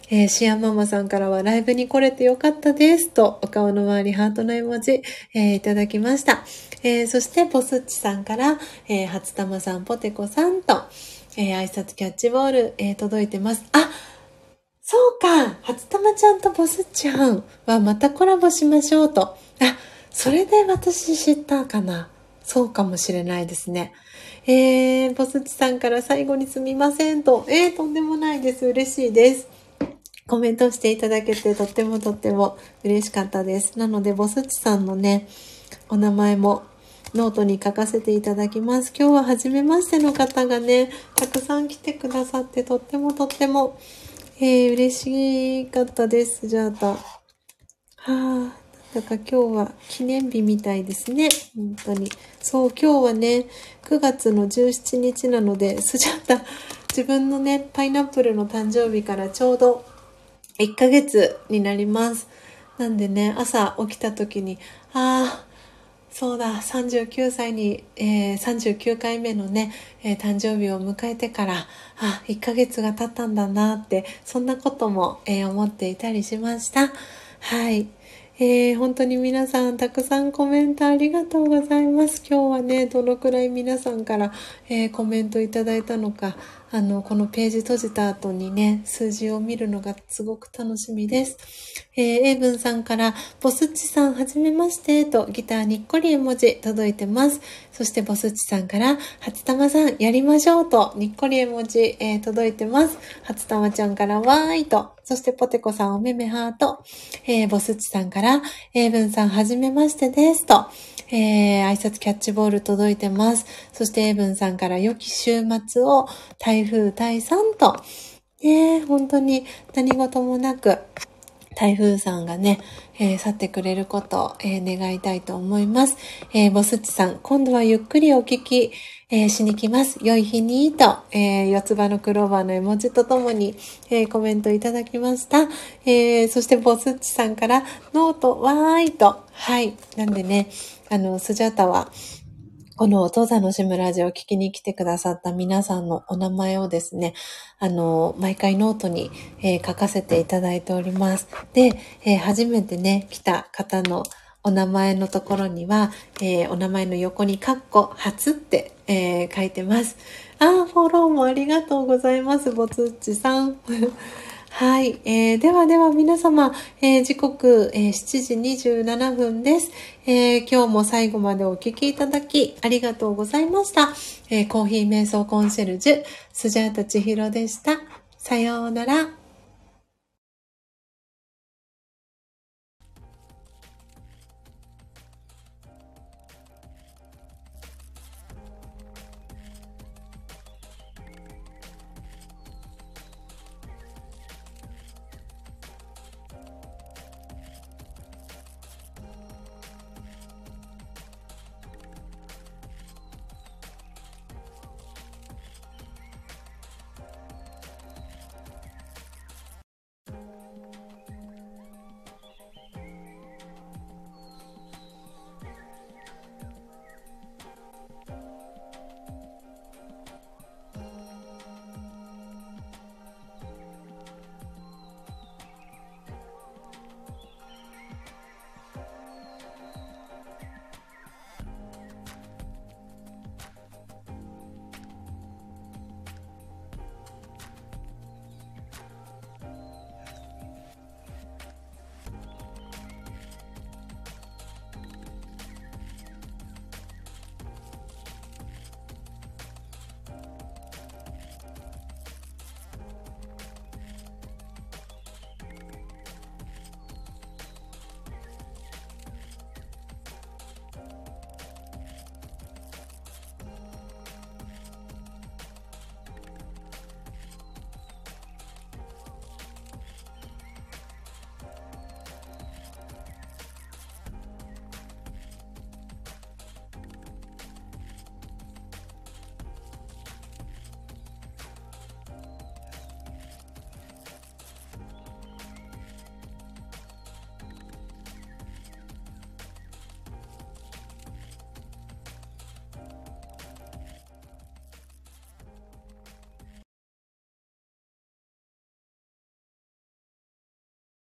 シアママさんからはライブに来れてよかったですと、お顔の周りハートの絵文字、いただきました。そしてボスッチさんから、初玉さん、ポテコさんと、挨拶キャッチボール、届いてます。あ、そうか、初玉ちゃんとボスッチゃんはまたコラボしましょうと。あ、それで私知ったかな。そうかもしれないですね。ボスッチさんから最後にすみませんと。とんでもないです。嬉しいです。コメントしていただけてとっても嬉しかったです。なので、ボスッチさんのね、お名前もノートに書かせていただきます。今日は初めましての方がね、たくさん来てくださってとっても嬉しかったです。じゃあなんだか今日は記念日みたいですね。本当に。そう、今日はね、9月の17日なので、スジャータ、自分のね、パイナップルの誕生日からちょうど1ヶ月になります。なんでね、朝起きた時に、そうだ、39歳に、39回目のね、誕生日を迎えてから、1ヶ月が経ったんだなって、そんなことも、思っていたりしました。はい。本当に皆さんたくさんコメントありがとうございます。今日はね、どのくらい皆さんから、コメントいただいたのか、このページ閉じた後にね、数字を見るのがすごく楽しみです。エイブンさんから、ボスッチさんはじめましてとギターにっこり絵文字届いてます。そしてボスッチさんから、初玉さんやりましょうとにっこり絵文字、届いてます。初玉ちゃんからわーいと、そしてポテコさんおめめハート、ボスッチさんから、エイブンさんはじめましてですと、挨拶キャッチボール届いてます。そしてエイブンさんから良き週末を台風退散と、本当に何事もなく台風さんがね、去ってくれることを、願いたいと思います。ボスッチさん、今度はゆっくりお聞き、しに来ます。良い日にと、四つ葉のクローバーの絵文字とともに、コメントいただきました。そしてボスッチさんからノートわーいと、はい。なんでね、スジャタは、この登山の志村ラジオを聞きに来てくださった皆さんのお名前をですね、毎回ノートに、書かせていただいております。で、初めてね、来た方のお名前のところには、お名前の横にカッコ初って、書いてます。フォローもありがとうございます、ぼつっちさん。はい、では皆様、時刻、7時27分です、今日も最後までお聞きいただきありがとうございました、コーヒー瞑想コンシェルジュスジャータ千尋でした。さようなら。